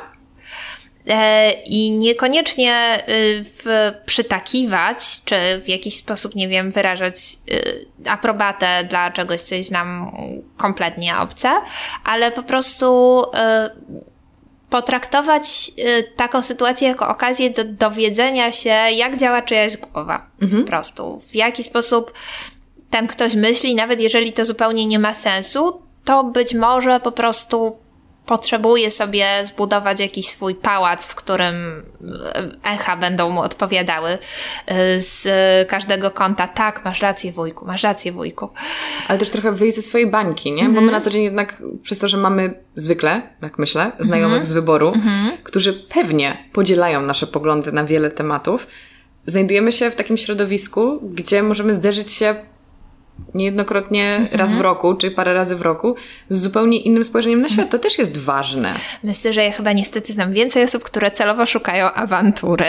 i niekoniecznie przytakiwać, czy w jakiś sposób, nie wiem, wyrażać aprobatę dla czegoś, co jest nam kompletnie obce, ale po prostu potraktować taką sytuację jako okazję do dowiedzenia się, jak działa czyjaś głowa. Po prostu. W jaki sposób ten ktoś myśli, nawet jeżeli to zupełnie nie ma sensu, to być może po prostu potrzebuje sobie zbudować jakiś swój pałac, w którym echa będą mu odpowiadały z każdego kąta. Tak, masz rację wujku. Ale też trochę wyjść ze swojej bańki, nie? Bo my na co dzień jednak, przez to, że mamy zwykle, jak myślę, znajomych z wyboru, którzy pewnie podzielają nasze poglądy na wiele tematów, znajdujemy się w takim środowisku, gdzie możemy zderzyć się niejednokrotnie raz w roku, czy parę razy w roku, z zupełnie innym spojrzeniem na świat. To też jest ważne. Myślę, że ja chyba niestety znam więcej osób, które celowo szukają awantury.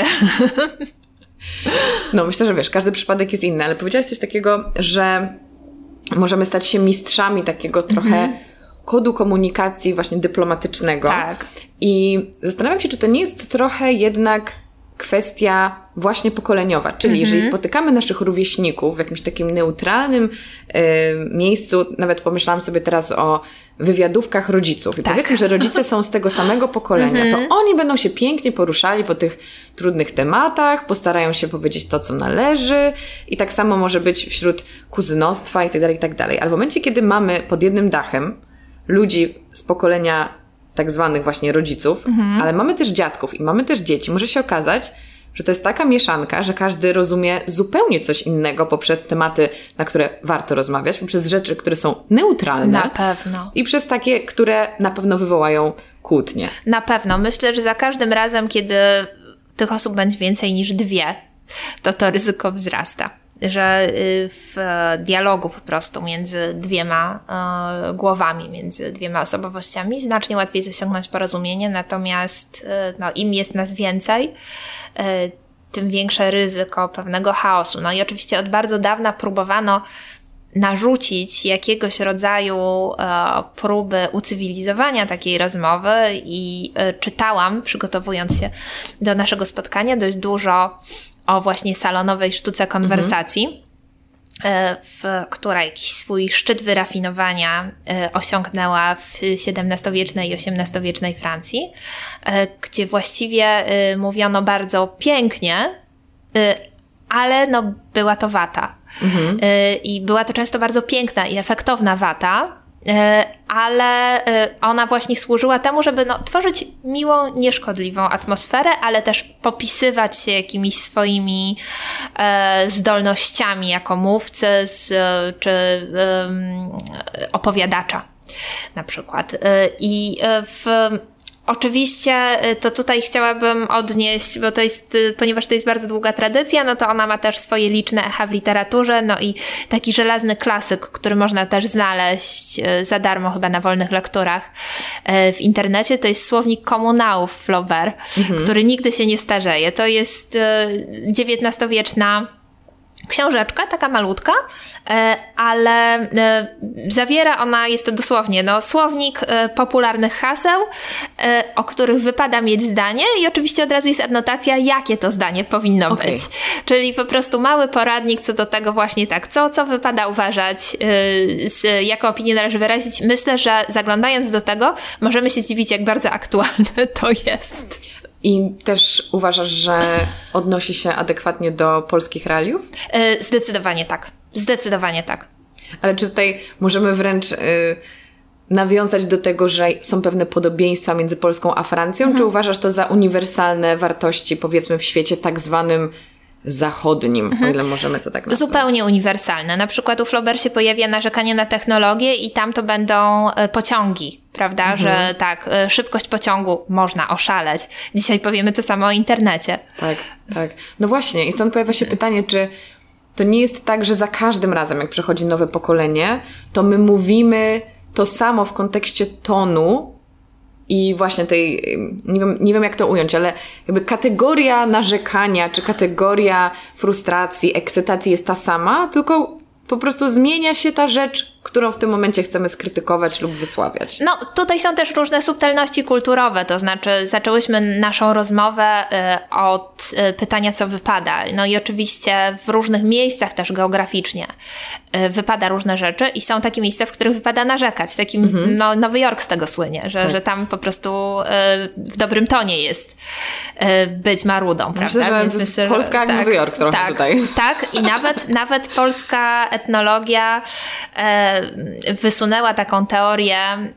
No, myślę, że wiesz, każdy przypadek jest inny, ale powiedziałaś coś takiego, że możemy stać się mistrzami takiego trochę kodu komunikacji właśnie dyplomatycznego. Tak. I zastanawiam się, czy to nie jest trochę jednak kwestia właśnie pokoleniowa, czyli jeżeli spotykamy naszych rówieśników w jakimś takim neutralnym miejscu, nawet pomyślałam sobie teraz o wywiadówkach rodziców i powiedzmy, że rodzice są z tego samego pokolenia, to oni będą się pięknie poruszali po tych trudnych tematach, postarają się powiedzieć to, co należy i tak samo może być wśród kuzynostwa i tak dalej. Ale w momencie, kiedy mamy pod jednym dachem ludzi z pokolenia tak zwanych właśnie rodziców, ale mamy też dziadków i mamy też dzieci, może się okazać, że to jest taka mieszanka, że każdy rozumie zupełnie coś innego poprzez tematy, na które warto rozmawiać, poprzez rzeczy, które są neutralne. Na pewno. I przez takie, które na pewno wywołają kłótnie. Na pewno. Myślę, że za każdym razem, kiedy tych osób będzie więcej niż 2, to ryzyko wzrasta. Że w dialogu po prostu między 2 głowami, między 2 osobowościami znacznie łatwiej jest osiągnąć porozumienie, natomiast im jest nas więcej, tym większe ryzyko pewnego chaosu. No i oczywiście od bardzo dawna próbowano narzucić jakiegoś rodzaju próby ucywilizowania takiej rozmowy i czytałam, przygotowując się do naszego spotkania, dość dużo o właśnie salonowej sztuce konwersacji, która jakiś swój szczyt wyrafinowania osiągnęła w XVII-wiecznej i XVIII-wiecznej Francji, gdzie właściwie mówiono bardzo pięknie, ale była to wata. I była to często bardzo piękna i efektowna wata, ale ona właśnie służyła temu, żeby tworzyć miłą, nieszkodliwą atmosferę, ale też popisywać się jakimiś swoimi zdolnościami jako mówcy czy opowiadacza na przykład. Oczywiście to tutaj chciałabym odnieść, bo ponieważ to jest bardzo długa tradycja, to ona ma też swoje liczne echa w literaturze, i taki żelazny klasyk, który można też znaleźć za darmo chyba na wolnych lekturach w internecie, to jest słownik komunałów Flaubert, który nigdy się nie starzeje. To jest XIX-wieczna książeczka, taka malutka, ale zawiera ona, jest to dosłownie słownik popularnych haseł, o których wypada mieć zdanie i oczywiście od razu jest adnotacja, jakie to zdanie powinno być. Czyli po prostu mały poradnik co do tego właśnie co wypada uważać, jaką opinię należy wyrazić. Myślę, że zaglądając do tego możemy się zdziwić, jak bardzo aktualne to jest. I też uważasz, że odnosi się adekwatnie do polskich realiów? Zdecydowanie tak. Zdecydowanie tak. Ale czy tutaj możemy wręcz nawiązać do tego, że są pewne podobieństwa między Polską a Francją? Czy uważasz to za uniwersalne wartości, powiedzmy, w świecie tak zwanym zachodnim, o ile możemy to tak nazwać? Zupełnie uniwersalne. Na przykład u Flaubert się pojawia narzekanie na technologię i tam to będą pociągi, prawda? Że tak, szybkość pociągu można oszaleć. Dzisiaj powiemy to samo o internecie. Tak. No właśnie i stąd pojawia się pytanie, czy to nie jest tak, że za każdym razem, jak przychodzi nowe pokolenie, to my mówimy to samo w kontekście tonu i właśnie tej, nie wiem jak to ująć, ale jakby kategoria narzekania, czy kategoria frustracji, ekscytacji jest ta sama, tylko po prostu zmienia się ta rzecz, którą w tym momencie chcemy skrytykować lub wysławiać. Tutaj są też różne subtelności kulturowe, to znaczy zaczęłyśmy naszą rozmowę od pytania, co wypada. I oczywiście w różnych miejscach też geograficznie wypada różne rzeczy i są takie miejsca, w których wypada narzekać. Takim, Nowy Jork z tego słynie, że tam po prostu w dobrym tonie jest być marudą, prawda? Myślę, że myślę, Polska jak Nowy Jork trochę tutaj. Tak, i nawet polska etnologia wysunęła taką teorię,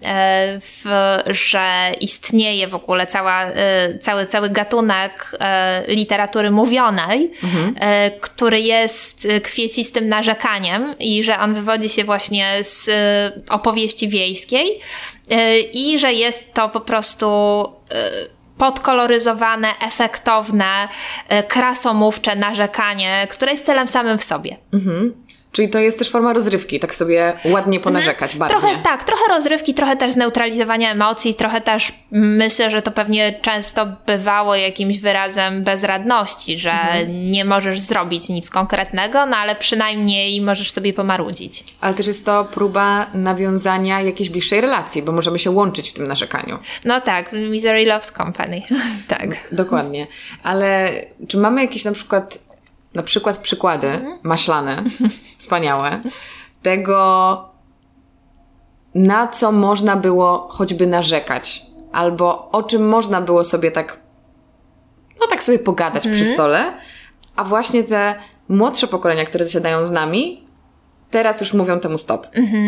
że istnieje w ogóle cały gatunek literatury mówionej, który jest kwiecistym narzekaniem i że on wywodzi się właśnie z opowieści wiejskiej i że jest to po prostu podkoloryzowane, efektowne, krasomówcze narzekanie, które jest celem samym w sobie. Czyli to jest też forma rozrywki, tak sobie ładnie ponarzekać barwnie. Trochę rozrywki, trochę też zneutralizowania emocji, trochę też myślę, że to pewnie często bywało jakimś wyrazem bezradności, że nie możesz zrobić nic konkretnego, no ale przynajmniej możesz sobie pomarudzić. Ale też jest to próba nawiązania jakiejś bliższej relacji, bo możemy się łączyć w tym narzekaniu. No tak, misery loves company. Tak. Dokładnie. Ale czy mamy jakieś na przykład przykłady maślane, wspaniałe, tego, na co można było choćby narzekać, albo o czym można było sobie tak sobie pogadać przy stole, a właśnie te młodsze pokolenia, które zasiadają z nami, teraz już mówią temu stop.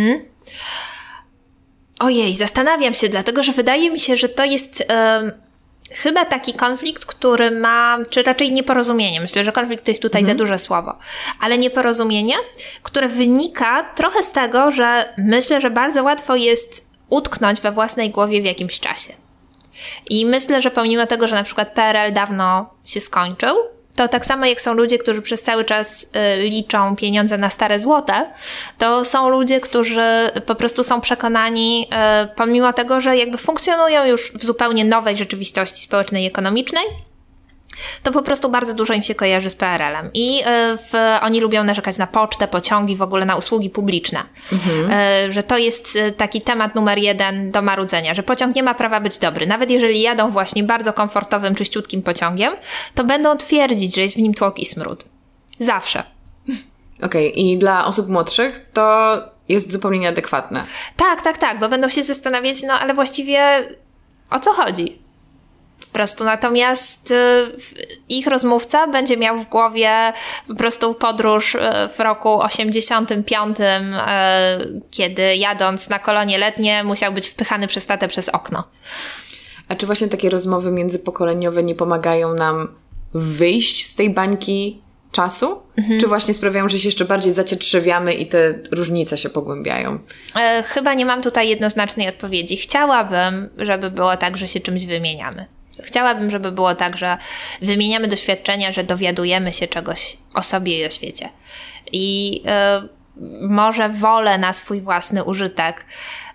Ojej, zastanawiam się, dlatego że wydaje mi się, że to jest chyba taki konflikt, który ma, czy raczej nieporozumienie. Myślę, że konflikt to jest tutaj za duże słowo, ale nieporozumienie, które wynika trochę z tego, że myślę, że bardzo łatwo jest utknąć we własnej głowie w jakimś czasie. I myślę, że pomimo tego, że na przykład PRL dawno się skończył, to tak samo jak są ludzie, którzy przez cały czas liczą pieniądze na stare złote, to są ludzie, którzy po prostu są przekonani, pomimo tego, że jakby funkcjonują już w zupełnie nowej rzeczywistości społecznej i ekonomicznej, to po prostu bardzo dużo im się kojarzy z PRL-em. I oni lubią narzekać na pocztę, pociągi, w ogóle na usługi publiczne. Że to jest taki temat numer 1 do marudzenia, że pociąg nie ma prawa być dobry. Nawet jeżeli jadą właśnie bardzo komfortowym, czyściutkim pociągiem, to będą twierdzić, że jest w nim tłok i smród. Zawsze. Okej, i dla osób młodszych to jest zupełnie nieadekwatne. Tak, bo będą się zastanawiać, no ale właściwie o co chodzi? Po prostu natomiast ich rozmówca będzie miał w głowie po prostu podróż w roku 85, kiedy jadąc na kolonie letnie musiał być wpychany przez tatę przez okno. A czy właśnie takie rozmowy międzypokoleniowe nie pomagają nam wyjść z tej bańki czasu? Czy właśnie sprawiają, że się jeszcze bardziej zacietrzewiamy i te różnice się pogłębiają? Chyba nie mam tutaj jednoznacznej odpowiedzi. Chciałabym, żeby było tak, że się czymś wymieniamy. Chciałabym, żeby było tak, że wymieniamy doświadczenia, że dowiadujemy się czegoś o sobie i o świecie. I może wolę na swój własny użytek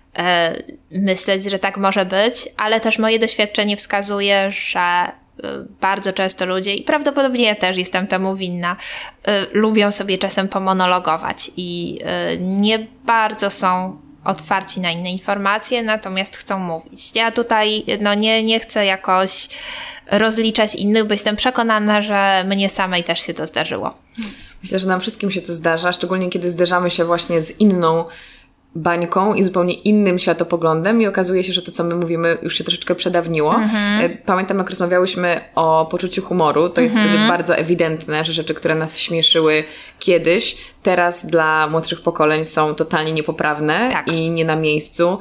myśleć, że tak może być, ale też moje doświadczenie wskazuje, że bardzo często ludzie, i prawdopodobnie ja też jestem temu winna, lubią sobie czasem pomonologować i nie bardzo są otwarci na inne informacje, natomiast chcą mówić. Ja tutaj nie chcę jakoś rozliczać innych, bo jestem przekonana, że mnie samej też się to zdarzyło. Myślę, że nam wszystkim się to zdarza, szczególnie kiedy zderzamy się właśnie z inną bańką i zupełnie innym światopoglądem i okazuje się, że to, co my mówimy, już się troszeczkę przedawniło. Pamiętam, jak rozmawiałyśmy o poczuciu humoru, to jest wtedy bardzo ewidentne, że rzeczy, które nas śmieszyły kiedyś, teraz dla młodszych pokoleń są totalnie niepoprawne i nie na miejscu.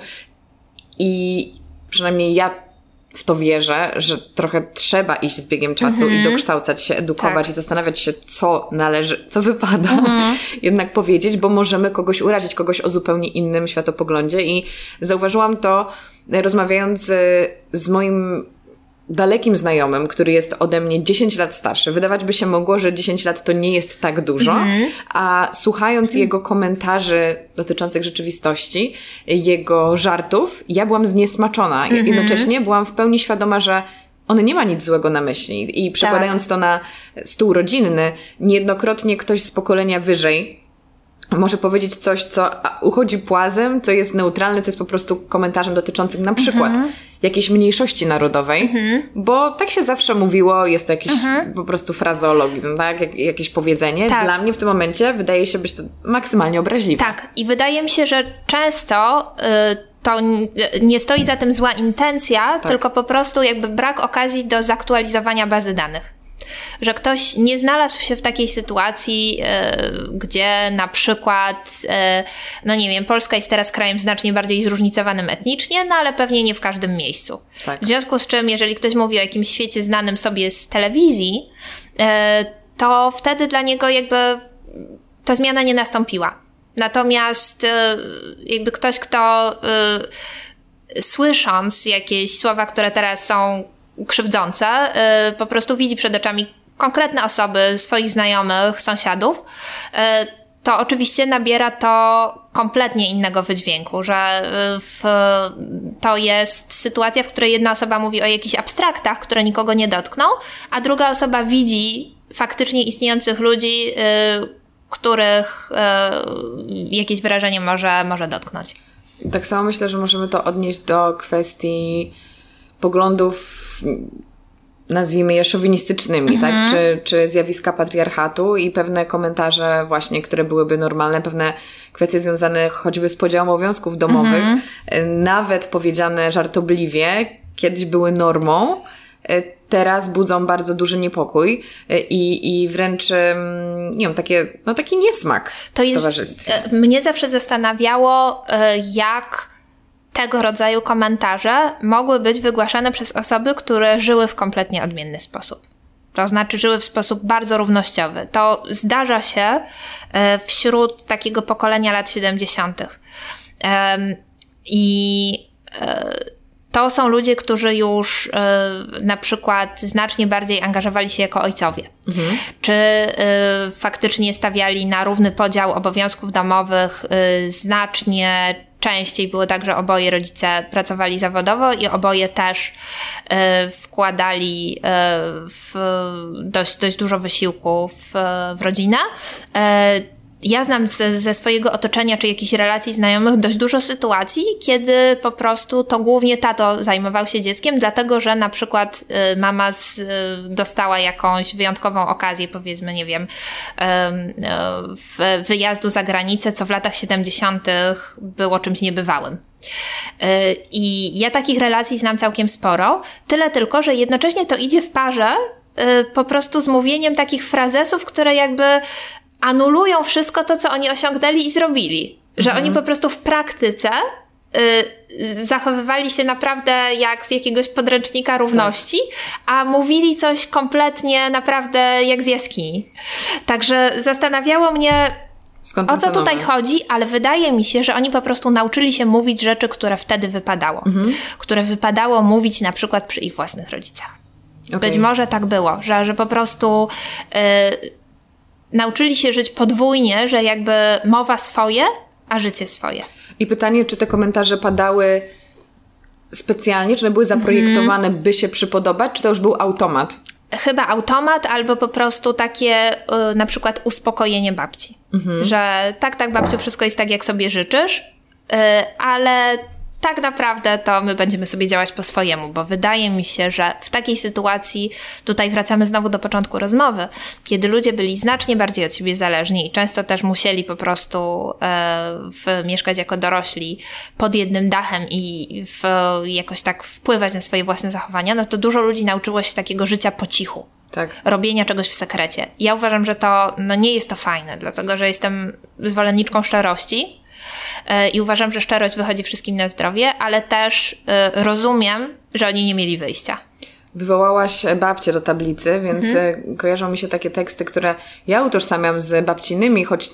I przynajmniej ja w to wierzę, że trochę trzeba iść z biegiem czasu i dokształcać się, edukować i zastanawiać się, co należy, co wypada jednak powiedzieć, bo możemy kogoś urazić, kogoś o zupełnie innym światopoglądzie. I zauważyłam to, rozmawiając z moim dalekim znajomym, który jest ode mnie 10 lat starszy. Wydawać by się mogło, że 10 lat to nie jest tak dużo, a słuchając jego komentarzy dotyczących rzeczywistości, jego żartów, ja byłam zniesmaczona. Jednocześnie byłam w pełni świadoma, że on nie ma nic złego na myśli. I przekładając to na stół rodzinny, niejednokrotnie ktoś z pokolenia wyżej może powiedzieć coś, co uchodzi płazem, co jest neutralne, co jest po prostu komentarzem dotyczącym na przykład jakiejś mniejszości narodowej, bo tak się zawsze mówiło, jest to jakiś po prostu frazeologizm, tak? Jakieś powiedzenie. Dla mnie w tym momencie wydaje się być to maksymalnie obraźliwe. Tak, i wydaje mi się, że często to nie stoi za tym zła intencja, tylko po prostu jakby brak okazji do zaktualizowania bazy danych. Że ktoś nie znalazł się w takiej sytuacji, gdzie na przykład, no nie wiem, Polska jest teraz krajem znacznie bardziej zróżnicowanym etnicznie, no ale pewnie nie w każdym miejscu. W związku z czym, jeżeli ktoś mówi o jakimś świecie znanym sobie z telewizji, to wtedy dla niego jakby ta zmiana nie nastąpiła. Natomiast jakby ktoś, kto słysząc jakieś słowa, które teraz są krzywdzące, po prostu widzi przed oczami konkretne osoby, swoich znajomych, sąsiadów, to oczywiście nabiera to kompletnie innego wydźwięku, że to jest sytuacja, w której jedna osoba mówi o jakichś abstraktach, które nikogo nie dotkną, a druga osoba widzi faktycznie istniejących ludzi, których jakieś wyrażenie może dotknąć. Tak samo myślę, że możemy to odnieść do kwestii poglądów, nazwijmy je szowinistycznymi, tak? Czy zjawiska patriarchatu i pewne komentarze właśnie, które byłyby normalne, pewne kwestie związane choćby z podziałem obowiązków domowych, nawet powiedziane żartobliwie, kiedyś były normą, teraz budzą bardzo duży niepokój i wręcz, nie wiem, taki niesmak w towarzystwie. Mnie zawsze zastanawiało, jak tego rodzaju komentarze mogły być wygłaszane przez osoby, które żyły w kompletnie odmienny sposób. To znaczy żyły w sposób bardzo równościowy. To zdarza się wśród takiego pokolenia lat 70. To są ludzie, którzy już na przykład znacznie bardziej angażowali się jako ojcowie. Czy faktycznie stawiali na równy podział obowiązków domowych, znacznie częściej było tak, że oboje rodzice pracowali zawodowo i oboje też wkładali dość dużo wysiłku w rodzinę. Ja znam ze swojego otoczenia czy jakichś relacji znajomych dość dużo sytuacji, kiedy po prostu to głównie tato zajmował się dzieckiem, dlatego że na przykład mama dostała jakąś wyjątkową okazję, powiedzmy, nie wiem, wyjazdu za granicę, co w latach 70. było czymś niebywałym. I ja takich relacji znam całkiem sporo, tyle tylko, że jednocześnie to idzie w parze po prostu z mówieniem takich frazesów, które jakby anulują wszystko to, co oni osiągnęli i zrobili. Że oni po prostu w praktyce zachowywali się naprawdę jak z jakiegoś podręcznika równości, a mówili coś kompletnie naprawdę jak z jaskini. Także zastanawiało mnie, o co tutaj chodzi, ale wydaje mi się, że oni po prostu nauczyli się mówić rzeczy, które wtedy wypadało. Które wypadało mówić na przykład przy ich własnych rodzicach. Być może tak było, że po prostu nauczyli się żyć podwójnie, że jakby mowa swoje, a życie swoje. I pytanie, czy te komentarze padały specjalnie, czy one były zaprojektowane, by się przypodobać, czy to już był automat? Chyba automat, albo po prostu takie na przykład uspokojenie babci. Że tak babciu, wszystko jest tak, jak sobie życzysz, ale tak naprawdę to my będziemy sobie działać po swojemu, bo wydaje mi się, że w takiej sytuacji, tutaj wracamy znowu do początku rozmowy, kiedy ludzie byli znacznie bardziej od siebie zależni i często też musieli po prostu mieszkać jako dorośli pod jednym dachem i jakoś tak wpływać na swoje własne zachowania, no to dużo ludzi nauczyło się takiego życia po cichu. Tak. Robienia czegoś w sekrecie. Ja uważam, że to nie jest to fajne, dlatego że jestem zwolenniczką szczerości, i uważam, że szczerość wychodzi wszystkim na zdrowie, ale też rozumiem, że oni nie mieli wyjścia. Wywołałaś babcię do tablicy, więc kojarzą mi się takie teksty, które ja utożsamiam z babcinymi, choć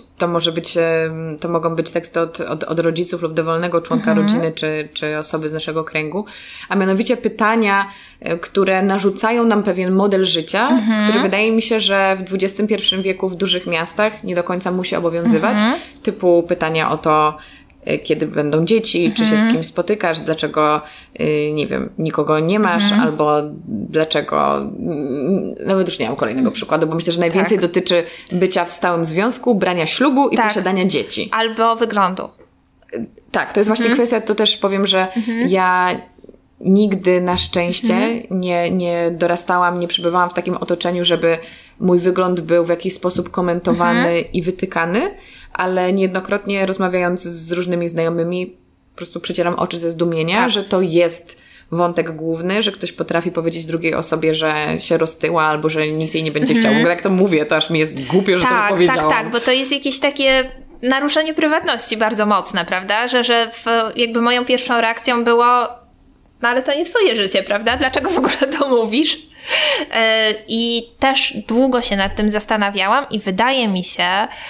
to mogą być teksty od rodziców lub dowolnego członka rodziny czy osoby z naszego kręgu, a mianowicie pytania, które narzucają nam pewien model życia, który wydaje mi się, że w XXI wieku w dużych miastach nie do końca musi obowiązywać, typu pytania o to, kiedy będą dzieci, czy się z kimś spotykasz, dlaczego, nie wiem, nikogo nie masz, albo dlaczego, nawet już nie mam kolejnego przykładu, bo myślę, że najwięcej dotyczy bycia w stałym związku, brania ślubu i posiadania dzieci. Albo wyglądu. Tak, to jest właśnie kwestia, to też powiem, że ja nigdy na szczęście nie dorastałam, nie przebywałam w takim otoczeniu, żeby mój wygląd był w jakiś sposób komentowany i wytykany, ale niejednokrotnie rozmawiając z różnymi znajomymi po prostu przecieram oczy ze zdumienia, że to jest wątek główny, że ktoś potrafi powiedzieć drugiej osobie, że się roztyła albo że nikt jej nie będzie chciał. W ogóle jak to mówię, to aż mi jest głupio, że to powiedziałam. Tak, bo to jest jakieś takie naruszenie prywatności bardzo mocne, prawda? Że jakby moją pierwszą reakcją było, no ale to nie twoje życie, prawda? Dlaczego w ogóle to mówisz? I też długo się nad tym zastanawiałam i wydaje mi się,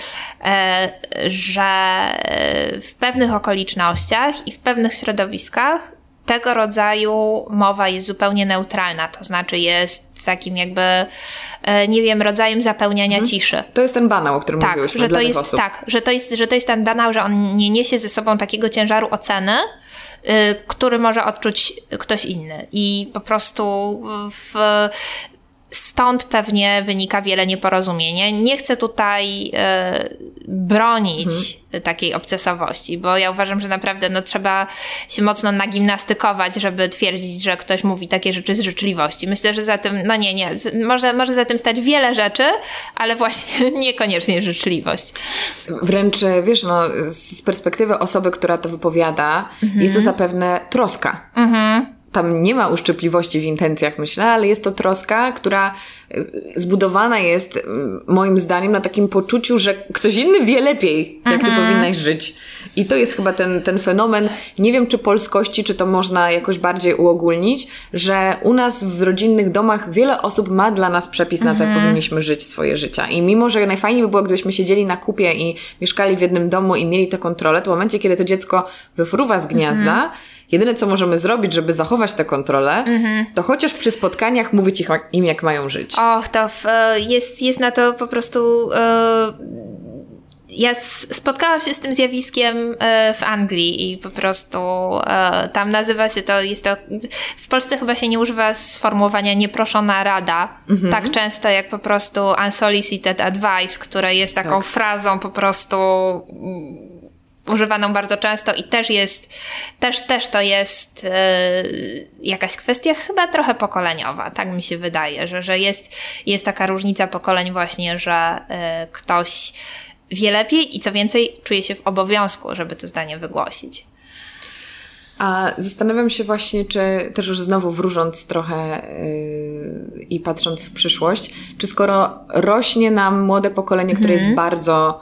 że w pewnych okolicznościach i w pewnych środowiskach tego rodzaju mowa jest zupełnie neutralna, to znaczy jest takim jakby, nie wiem, rodzajem zapełniania ciszy. To jest ten banał, o którym mówiłyśmy, że dla to tych jest, osób. tak, że to jest ten banał, że on nie niesie ze sobą takiego ciężaru oceny, który może odczuć ktoś inny. I po prostu stąd pewnie wynika wiele nieporozumień. Nie chcę tutaj bronić takiej obcesowości, bo ja uważam, że naprawdę trzeba się mocno nagimnastykować, żeby twierdzić, że ktoś mówi takie rzeczy z życzliwości. Myślę, że za tym, może za tym stać wiele rzeczy, ale właśnie niekoniecznie życzliwość. Wręcz, wiesz, z perspektywy osoby, która to wypowiada, jest to zapewne troska. Tam nie ma uszczypliwości w intencjach, myślę, ale jest to troska, która zbudowana jest moim zdaniem na takim poczuciu, że ktoś inny wie lepiej, jak ty powinnaś żyć. I to jest chyba ten fenomen, nie wiem czy polskości, czy to można jakoś bardziej uogólnić, że u nas w rodzinnych domach wiele osób ma dla nas przepis na to, jak powinniśmy żyć swoje życia. I mimo, że najfajniej by było, gdybyśmy siedzieli na kupie i mieszkali w jednym domu i mieli tę kontrolę, to w momencie, kiedy to dziecko wyfruwa z gniazda, jedyne, co możemy zrobić, żeby zachować tę kontrolę, to chociaż przy spotkaniach mówić im, jak mają żyć. Och, to jest na to po prostu... Ja spotkałam się z tym zjawiskiem w Anglii i po prostu tam nazywa się to, w Polsce chyba się nie używa sformułowania nieproszona rada tak często jak po prostu unsolicited advice, które jest taką frazą po prostu używaną bardzo często i też to jest jakaś kwestia chyba trochę pokoleniowa, tak mi się wydaje, że jest taka różnica pokoleń właśnie, że ktoś wie lepiej i co więcej czuje się w obowiązku, żeby to zdanie wygłosić. A zastanawiam się właśnie, czy też już znowu wróżąc trochę i patrząc w przyszłość, czy skoro rośnie nam młode pokolenie, które jest bardzo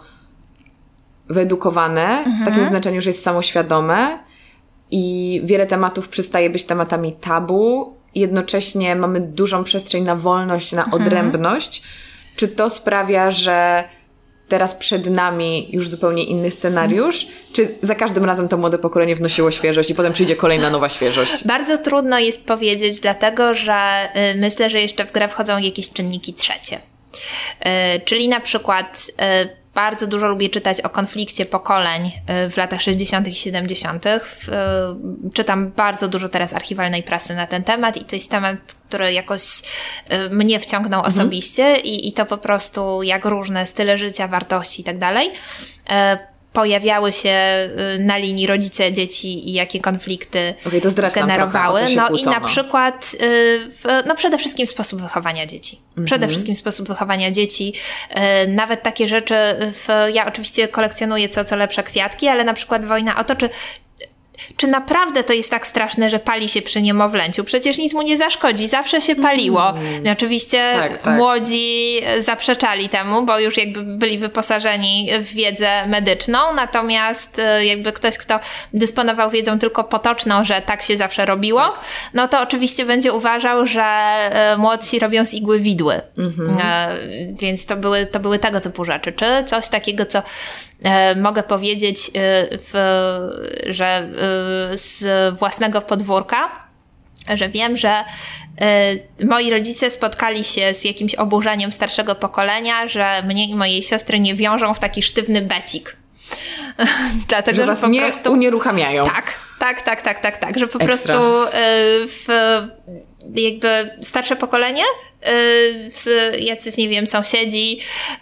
wyedukowane, w takim znaczeniu, że jest samoświadome i wiele tematów przestaje być tematami tabu, jednocześnie mamy dużą przestrzeń na wolność, na odrębność, czy to sprawia, że teraz przed nami już zupełnie inny scenariusz? Czy za każdym razem to młode pokolenie wnosiło świeżość i potem przyjdzie kolejna nowa świeżość? Bardzo trudno jest powiedzieć, dlatego że myślę, że jeszcze w grę wchodzą jakieś czynniki trzecie. Czyli na przykład bardzo dużo lubię czytać o konflikcie pokoleń w latach 60. i 70. Czytam bardzo dużo teraz archiwalnej prasy na ten temat i to jest temat, który jakoś mnie wciągnął osobiście i to po prostu jak różne style życia, wartości i tak dalej pojawiały się na linii rodzice, dzieci i jakie konflikty generowały. I na przykład przede wszystkim sposób wychowania dzieci. Przede wszystkim sposób wychowania dzieci. Nawet takie rzeczy, ja oczywiście kolekcjonuję co lepsze kwiatki, ale na przykład wojna o to, czy naprawdę to jest tak straszne, że pali się przy niemowlęciu? Przecież nic mu nie zaszkodzi, zawsze się paliło. Oczywiście młodzi zaprzeczali temu, bo już jakby byli wyposażeni w wiedzę medyczną, natomiast jakby ktoś, kto dysponował wiedzą tylko potoczną, że tak się zawsze robiło, no to oczywiście będzie uważał, że młodsi robią z igły widły. Więc to były tego typu rzeczy. Czy coś takiego, co mogę powiedzieć, że z własnego podwórka, że wiem, że moi rodzice spotkali się z jakimś oburzeniem starszego pokolenia, że mnie i mojej siostry nie wiążą w taki sztywny becik. Dlatego, że was po nie prostu unieruchamiają. Tak, że po prostu jakby starsze pokolenie, jacyś, nie wiem, sąsiedzi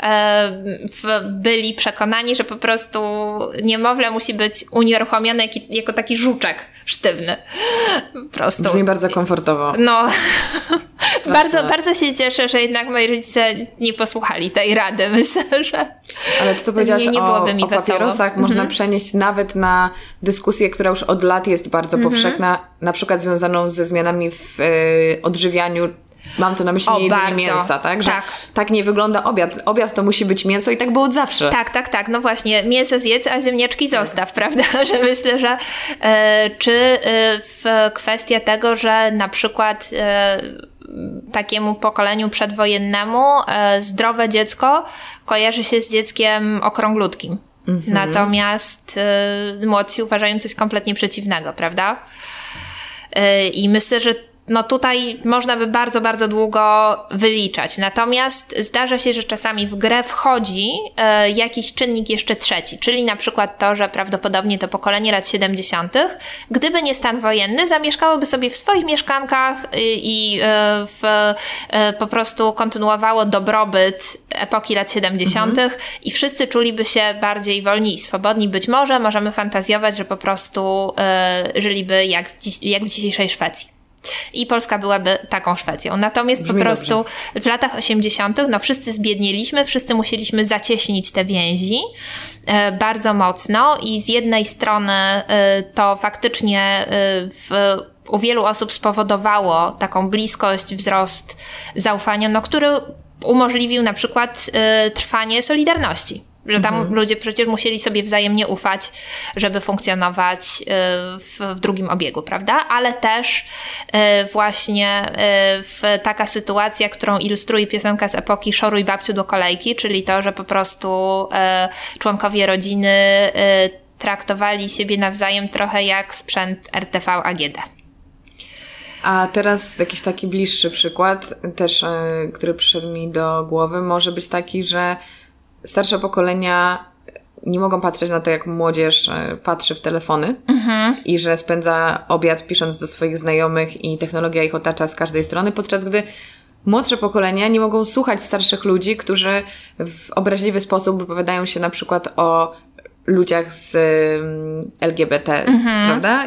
byli przekonani, że po prostu niemowlę musi być unieruchomione jako taki żuczek sztywny. Po prostu. Brzmi bardzo komfortowo. No, bardzo się cieszę, że jednak moi rodzice nie posłuchali tej rady. Myślę, że ale to, co powiedziałaś nie byłoby mi o papierosach, można przenieść nawet na dyskusję, która już od lat jest bardzo powszechna, na przykład związaną ze zmianami w odżywianiu. Mam tu na myśli jedzenie mięsa, tak? Że tak nie wygląda obiad. Obiad to musi być mięso i tak było od zawsze. Tak. No właśnie, mięso zjedz, a ziemniaczki zostaw, prawda? Że myślę, że czy kwestia tego, że na przykład takiemu pokoleniu przedwojennemu zdrowe dziecko kojarzy się z dzieckiem okrąglutkim. Natomiast młodsi uważają coś kompletnie przeciwnego, prawda? I myślę, że no tutaj można by bardzo, bardzo długo wyliczać. Natomiast zdarza się, że czasami w grę wchodzi jakiś czynnik jeszcze trzeci, czyli na przykład to, że prawdopodobnie to pokolenie lat 70., gdyby nie stan wojenny, zamieszkałoby sobie w swoich mieszkankach i po prostu kontynuowało dobrobyt epoki lat 70. I wszyscy czuliby się bardziej wolni i swobodni. Być może możemy fantazjować, że po prostu żyliby jak w dzisiejszej Szwecji. I Polska byłaby taką Szwecją. Natomiast po prostu dobrze. W latach 80. no wszyscy zbiednieliśmy, wszyscy musieliśmy zacieśnić te więzi bardzo mocno i z jednej strony to faktycznie u wielu osób spowodowało taką bliskość, wzrost zaufania, no który umożliwił na przykład trwanie Solidarności. Że tam ludzie przecież musieli sobie wzajemnie ufać, żeby funkcjonować w drugim obiegu, prawda? Ale też właśnie taka sytuacja, którą ilustruje piosenka z epoki Szoruj babciu do kolejki, czyli to, że po prostu członkowie rodziny traktowali siebie nawzajem trochę jak sprzęt RTV AGD. A teraz jakiś taki bliższy przykład, też który przyszedł mi do głowy, może być taki, że starsze pokolenia nie mogą patrzeć na to, jak młodzież patrzy w telefony i że spędza obiad pisząc do swoich znajomych i technologia ich otacza z każdej strony, podczas gdy młodsze pokolenia nie mogą słuchać starszych ludzi, którzy w obraźliwy sposób wypowiadają się na przykład o ludziach z LGBT, prawda?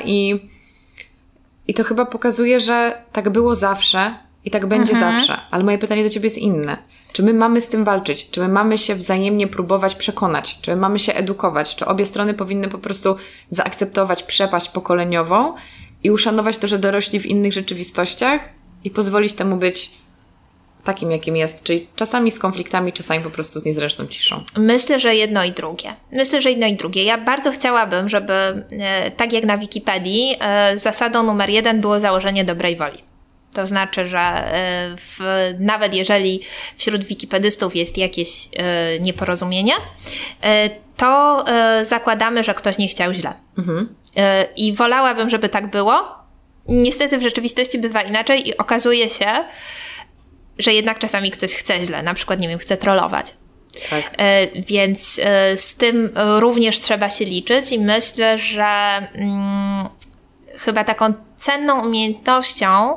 I to chyba pokazuje, że tak było zawsze i tak będzie zawsze. Ale moje pytanie do Ciebie jest inne. Czy my mamy z tym walczyć? Czy my mamy się wzajemnie próbować przekonać? Czy my mamy się edukować? Czy obie strony powinny po prostu zaakceptować przepaść pokoleniową i uszanować to, że dorośli w innych rzeczywistościach i pozwolić temu być takim, jakim jest? Czyli czasami z konfliktami, czasami po prostu z niezręczną ciszą. Myślę, że jedno i drugie. Ja bardzo chciałabym, żeby tak jak na Wikipedii zasadą numer 1 było założenie dobrej woli. To znaczy, że nawet jeżeli wśród wikipedystów jest jakieś nieporozumienie, to zakładamy, że ktoś nie chciał źle. I wolałabym, żeby tak było. Niestety w rzeczywistości bywa inaczej i okazuje się, że jednak czasami ktoś chce źle. Na przykład, nie wiem, chce trollować. Tak. Więc z tym również trzeba się liczyć i myślę, że chyba taką cenną umiejętnością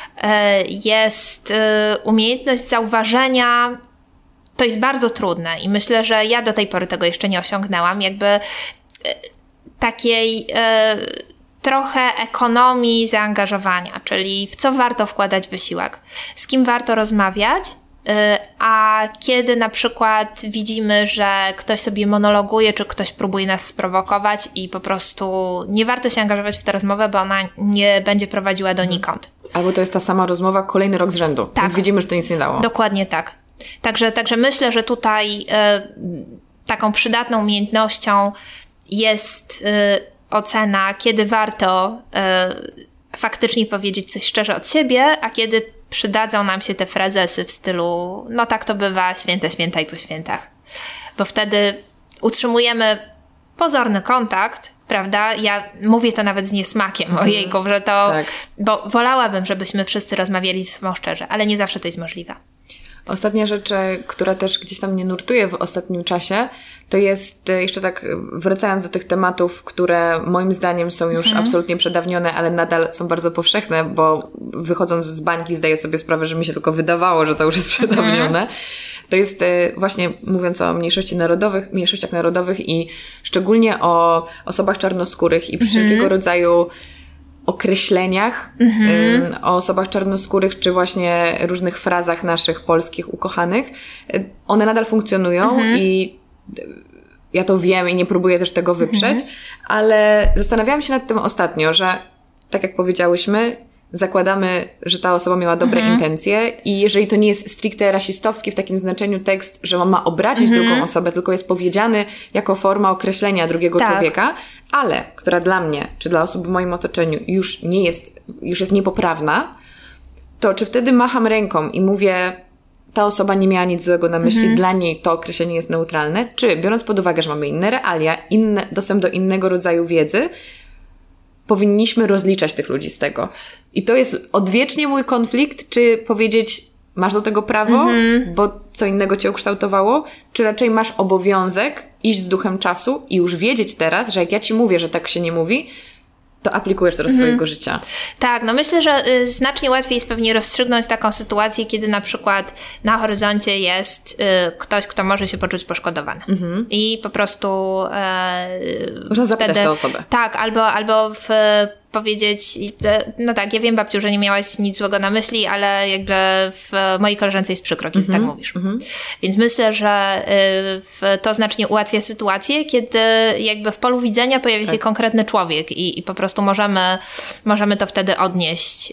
jest umiejętność zauważenia. To jest bardzo trudne i myślę, że ja do tej pory tego jeszcze nie osiągnęłam, jakby takiej trochę ekonomii zaangażowania, czyli w co warto wkładać wysiłek, z kim warto rozmawiać, a kiedy na przykład widzimy, że ktoś sobie monologuje, czy ktoś próbuje nas sprowokować i po prostu nie warto się angażować w tę rozmowę, bo ona nie będzie prowadziła donikąd. Albo to jest ta sama rozmowa kolejny rok z rzędu, tak. Więc widzimy, że to nic nie dało. Dokładnie tak. Także myślę, że tutaj taką przydatną umiejętnością jest ocena, kiedy warto faktycznie powiedzieć coś szczerze od siebie, a kiedy przydadzą nam się te frazesy w stylu no tak to bywa, święta i po świętach. Bo wtedy utrzymujemy pozorny kontakt, prawda? Ja mówię to nawet z niesmakiem, ojejku, że to... Tak. Bo wolałabym, żebyśmy wszyscy rozmawiali ze sobą szczerze, ale nie zawsze to jest możliwe. Ostatnia rzecz, która też gdzieś tam mnie nurtuje w ostatnim czasie, to jest, jeszcze tak wracając do tych tematów, które moim zdaniem są już absolutnie przedawnione, ale nadal są bardzo powszechne, bo wychodząc z bańki zdaję sobie sprawę, że mi się tylko wydawało, że to już jest przedawnione. To jest właśnie mówiąc o mniejszościach narodowych i szczególnie o osobach czarnoskórych i wszelkiego rodzaju określeniach o osobach czarnoskórych, czy właśnie różnych frazach naszych polskich ukochanych. One nadal funkcjonują i ja to wiem i nie próbuję też tego wyprzeć, ale zastanawiałam się nad tym ostatnio, że tak jak powiedziałyśmy, zakładamy, że ta osoba miała dobre intencje i jeżeli to nie jest stricte rasistowski w takim znaczeniu tekst, że on ma obrazić drugą osobę, tylko jest powiedziany jako forma określenia drugiego człowieka, ale która dla mnie, czy dla osób w moim otoczeniu już jest niepoprawna, to czy wtedy macham ręką i mówię, ta osoba nie miała nic złego na myśli, dla niej to określenie jest neutralne, czy biorąc pod uwagę, że mamy inne realia, dostęp do innego rodzaju wiedzy, powinniśmy rozliczać tych ludzi z tego. I to jest odwiecznie mój konflikt, czy powiedzieć, masz do tego prawo, bo co innego cię ukształtowało, czy raczej masz obowiązek iść z duchem czasu i już wiedzieć teraz, że jak ja ci mówię, że tak się nie mówi, to aplikujesz to do swojego życia. Tak, no myślę, że znacznie łatwiej jest pewnie rozstrzygnąć taką sytuację, kiedy na przykład na horyzoncie jest ktoś, kto może się poczuć poszkodowany. I po prostu można zapytać tę osobę. Tak, albo powiedzieć, no tak, ja wiem, babciu, że nie miałaś nic złego na myśli, ale jakby w mojej koleżance jest przykro, kiedy tak mówisz. Więc myślę, że to znacznie ułatwia sytuację, kiedy jakby w polu widzenia pojawia się konkretny człowiek i po prostu możemy to wtedy odnieść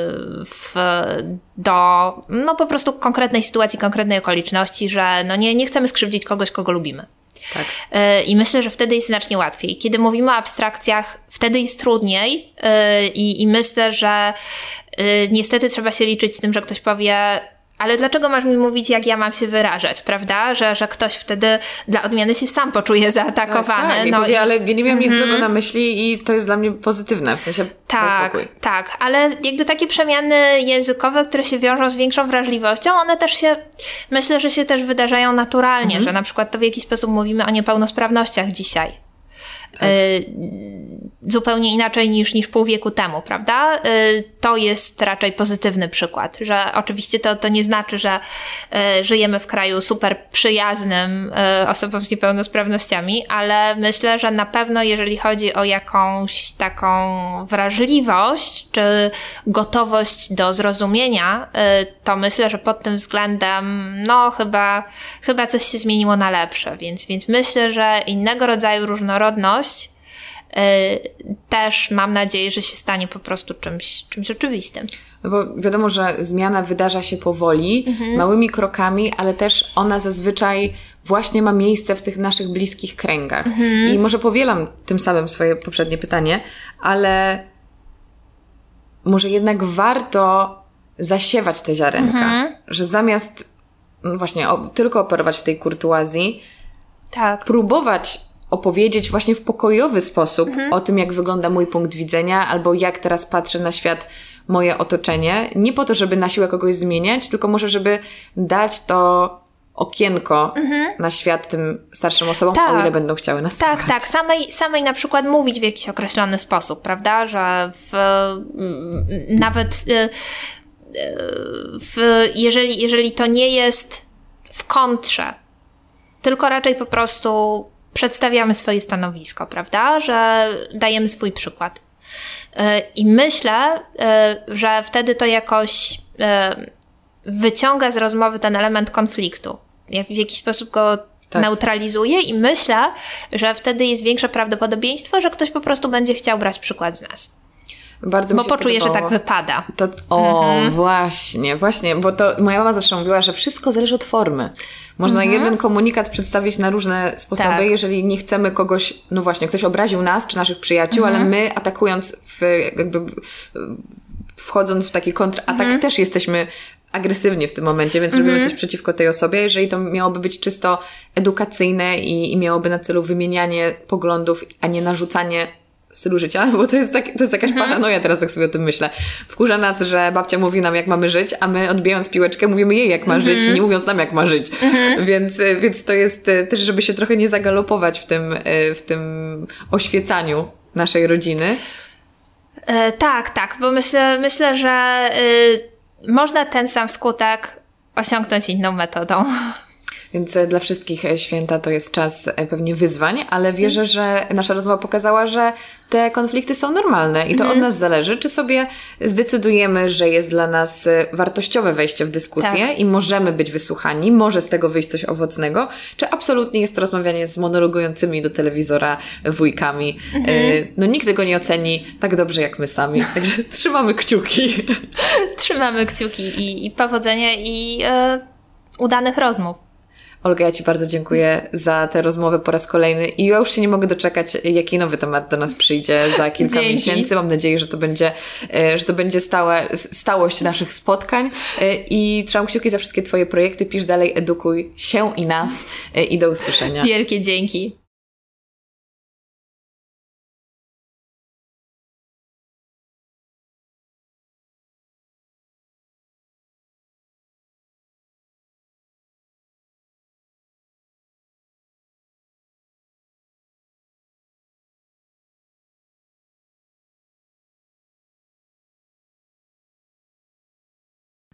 do no po prostu konkretnej sytuacji, konkretnej okoliczności, że no nie chcemy skrzywdzić kogoś, kogo lubimy. Tak. I myślę, że wtedy jest znacznie łatwiej. Kiedy mówimy o abstrakcjach, wtedy jest trudniej i myślę, że niestety trzeba się liczyć z tym, że ktoś powie, ale dlaczego masz mi mówić, jak ja mam się wyrażać, prawda? Że ktoś wtedy dla odmiany się sam poczuje zaatakowany. Tak, no powie, ale ja nie miałam nic złego na myśli i to jest dla mnie pozytywne, w sensie tak, ale jakby takie przemiany językowe, które się wiążą z większą wrażliwością, one też myślę, że się też wydarzają naturalnie, że na przykład to w jaki sposób mówimy o niepełnosprawnościach dzisiaj. Tak. Zupełnie inaczej niż pół wieku temu, prawda? To jest raczej pozytywny przykład, że oczywiście to nie znaczy, że żyjemy w kraju super przyjaznym osobom z niepełnosprawnościami, ale myślę, że na pewno jeżeli chodzi o jakąś taką wrażliwość czy gotowość do zrozumienia, to myślę, że pod tym względem no chyba coś się zmieniło na lepsze, więc myślę, że innego rodzaju różnorodność też mam nadzieję, że się stanie po prostu czymś oczywistym. No bo wiadomo, że zmiana wydarza się powoli, małymi krokami, ale też ona zazwyczaj właśnie ma miejsce w tych naszych bliskich kręgach. I może powielam tym samym swoje poprzednie pytanie, ale może jednak warto zasiewać te ziarenka, że zamiast właśnie tylko operować w tej kurtuazji, próbować opowiedzieć właśnie w pokojowy sposób o tym, jak wygląda mój punkt widzenia, albo jak teraz patrzę na świat moje otoczenie. Nie po to, żeby na siłę kogoś zmieniać, tylko może, żeby dać to okienko na świat tym starszym osobom, o ile będą chciały nas słuchać. Tak. Samej na przykład mówić w jakiś określony sposób, prawda? Że nawet jeżeli to nie jest w kontrze, tylko raczej po prostu przedstawiamy swoje stanowisko, prawda? Że dajemy swój przykład. I myślę, że wtedy to jakoś wyciąga z rozmowy ten element konfliktu. W jakiś sposób go neutralizuje i myślę, że wtedy jest większe prawdopodobieństwo, że ktoś po prostu będzie chciał brać przykład z nas. Bardzo bo poczuje, że tak wypada. Właśnie, bo to moja mama zawsze mówiła, że wszystko zależy od formy. Można jeden komunikat przedstawić na różne sposoby, jeżeli nie chcemy kogoś, no właśnie, ktoś obraził nas czy naszych przyjaciół, ale my atakując wchodząc w taki kontratak też jesteśmy agresywnie w tym momencie, więc robimy coś przeciwko tej osobie. Jeżeli to miałoby być czysto edukacyjne i miałoby na celu wymienianie poglądów, a nie narzucanie stylu życia, bo to jest jakaś paranoja, teraz tak sobie o tym myślę. Wkurza nas, że babcia mówi nam, jak mamy żyć, a my odbijając piłeczkę mówimy jej, jak ma żyć, nie mówiąc nam, jak ma żyć. Więc to jest też, żeby się trochę nie zagalopować w tym oświecaniu naszej rodziny. Tak, bo myślę, że można ten sam skutek osiągnąć inną metodą. Więc dla wszystkich święta to jest czas pewnie wyzwań, ale wierzę, że nasza rozmowa pokazała, że te konflikty są normalne i to od nas zależy, czy sobie zdecydujemy, że jest dla nas wartościowe wejście w dyskusję i możemy być wysłuchani, może z tego wyjść coś owocnego, czy absolutnie jest to rozmawianie z monologującymi do telewizora wujkami. No nikt tego nie oceni tak dobrze jak my sami, także trzymamy kciuki. Trzymamy kciuki i powodzenia i udanych rozmów. Olga, ja Ci bardzo dziękuję za tę rozmowę po raz kolejny i ja już się nie mogę doczekać, jaki nowy temat do nas przyjdzie za kilka miesięcy. Mam nadzieję, że to będzie stałość naszych spotkań i trzymam kciuki za wszystkie Twoje projekty. Pisz dalej, edukuj się i nas i do usłyszenia. Wielkie dzięki.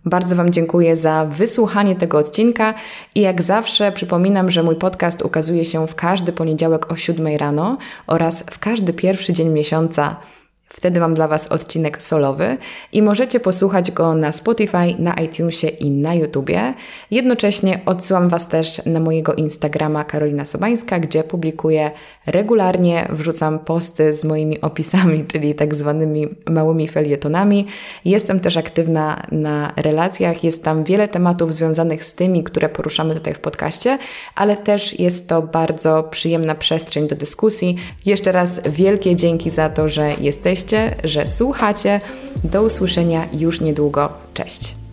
Bardzo Wam dziękuję za wysłuchanie tego odcinka i jak zawsze przypominam, że mój podcast ukazuje się w każdy poniedziałek o 7 rano oraz w każdy pierwszy dzień miesiąca. Wtedy mam dla Was odcinek solowy i możecie posłuchać go na Spotify, na iTunesie i na YouTubie. Jednocześnie odsyłam Was też na mojego Instagrama Karolina Sobańska, gdzie publikuję regularnie, wrzucam posty z moimi opisami, czyli tak zwanymi małymi felietonami. Jestem też aktywna na relacjach, jest tam wiele tematów związanych z tymi, które poruszamy tutaj w podcaście, ale też jest to bardzo przyjemna przestrzeń do dyskusji. Jeszcze raz wielkie dzięki za to, że jesteście, że słuchacie. Do usłyszenia już niedługo. Cześć!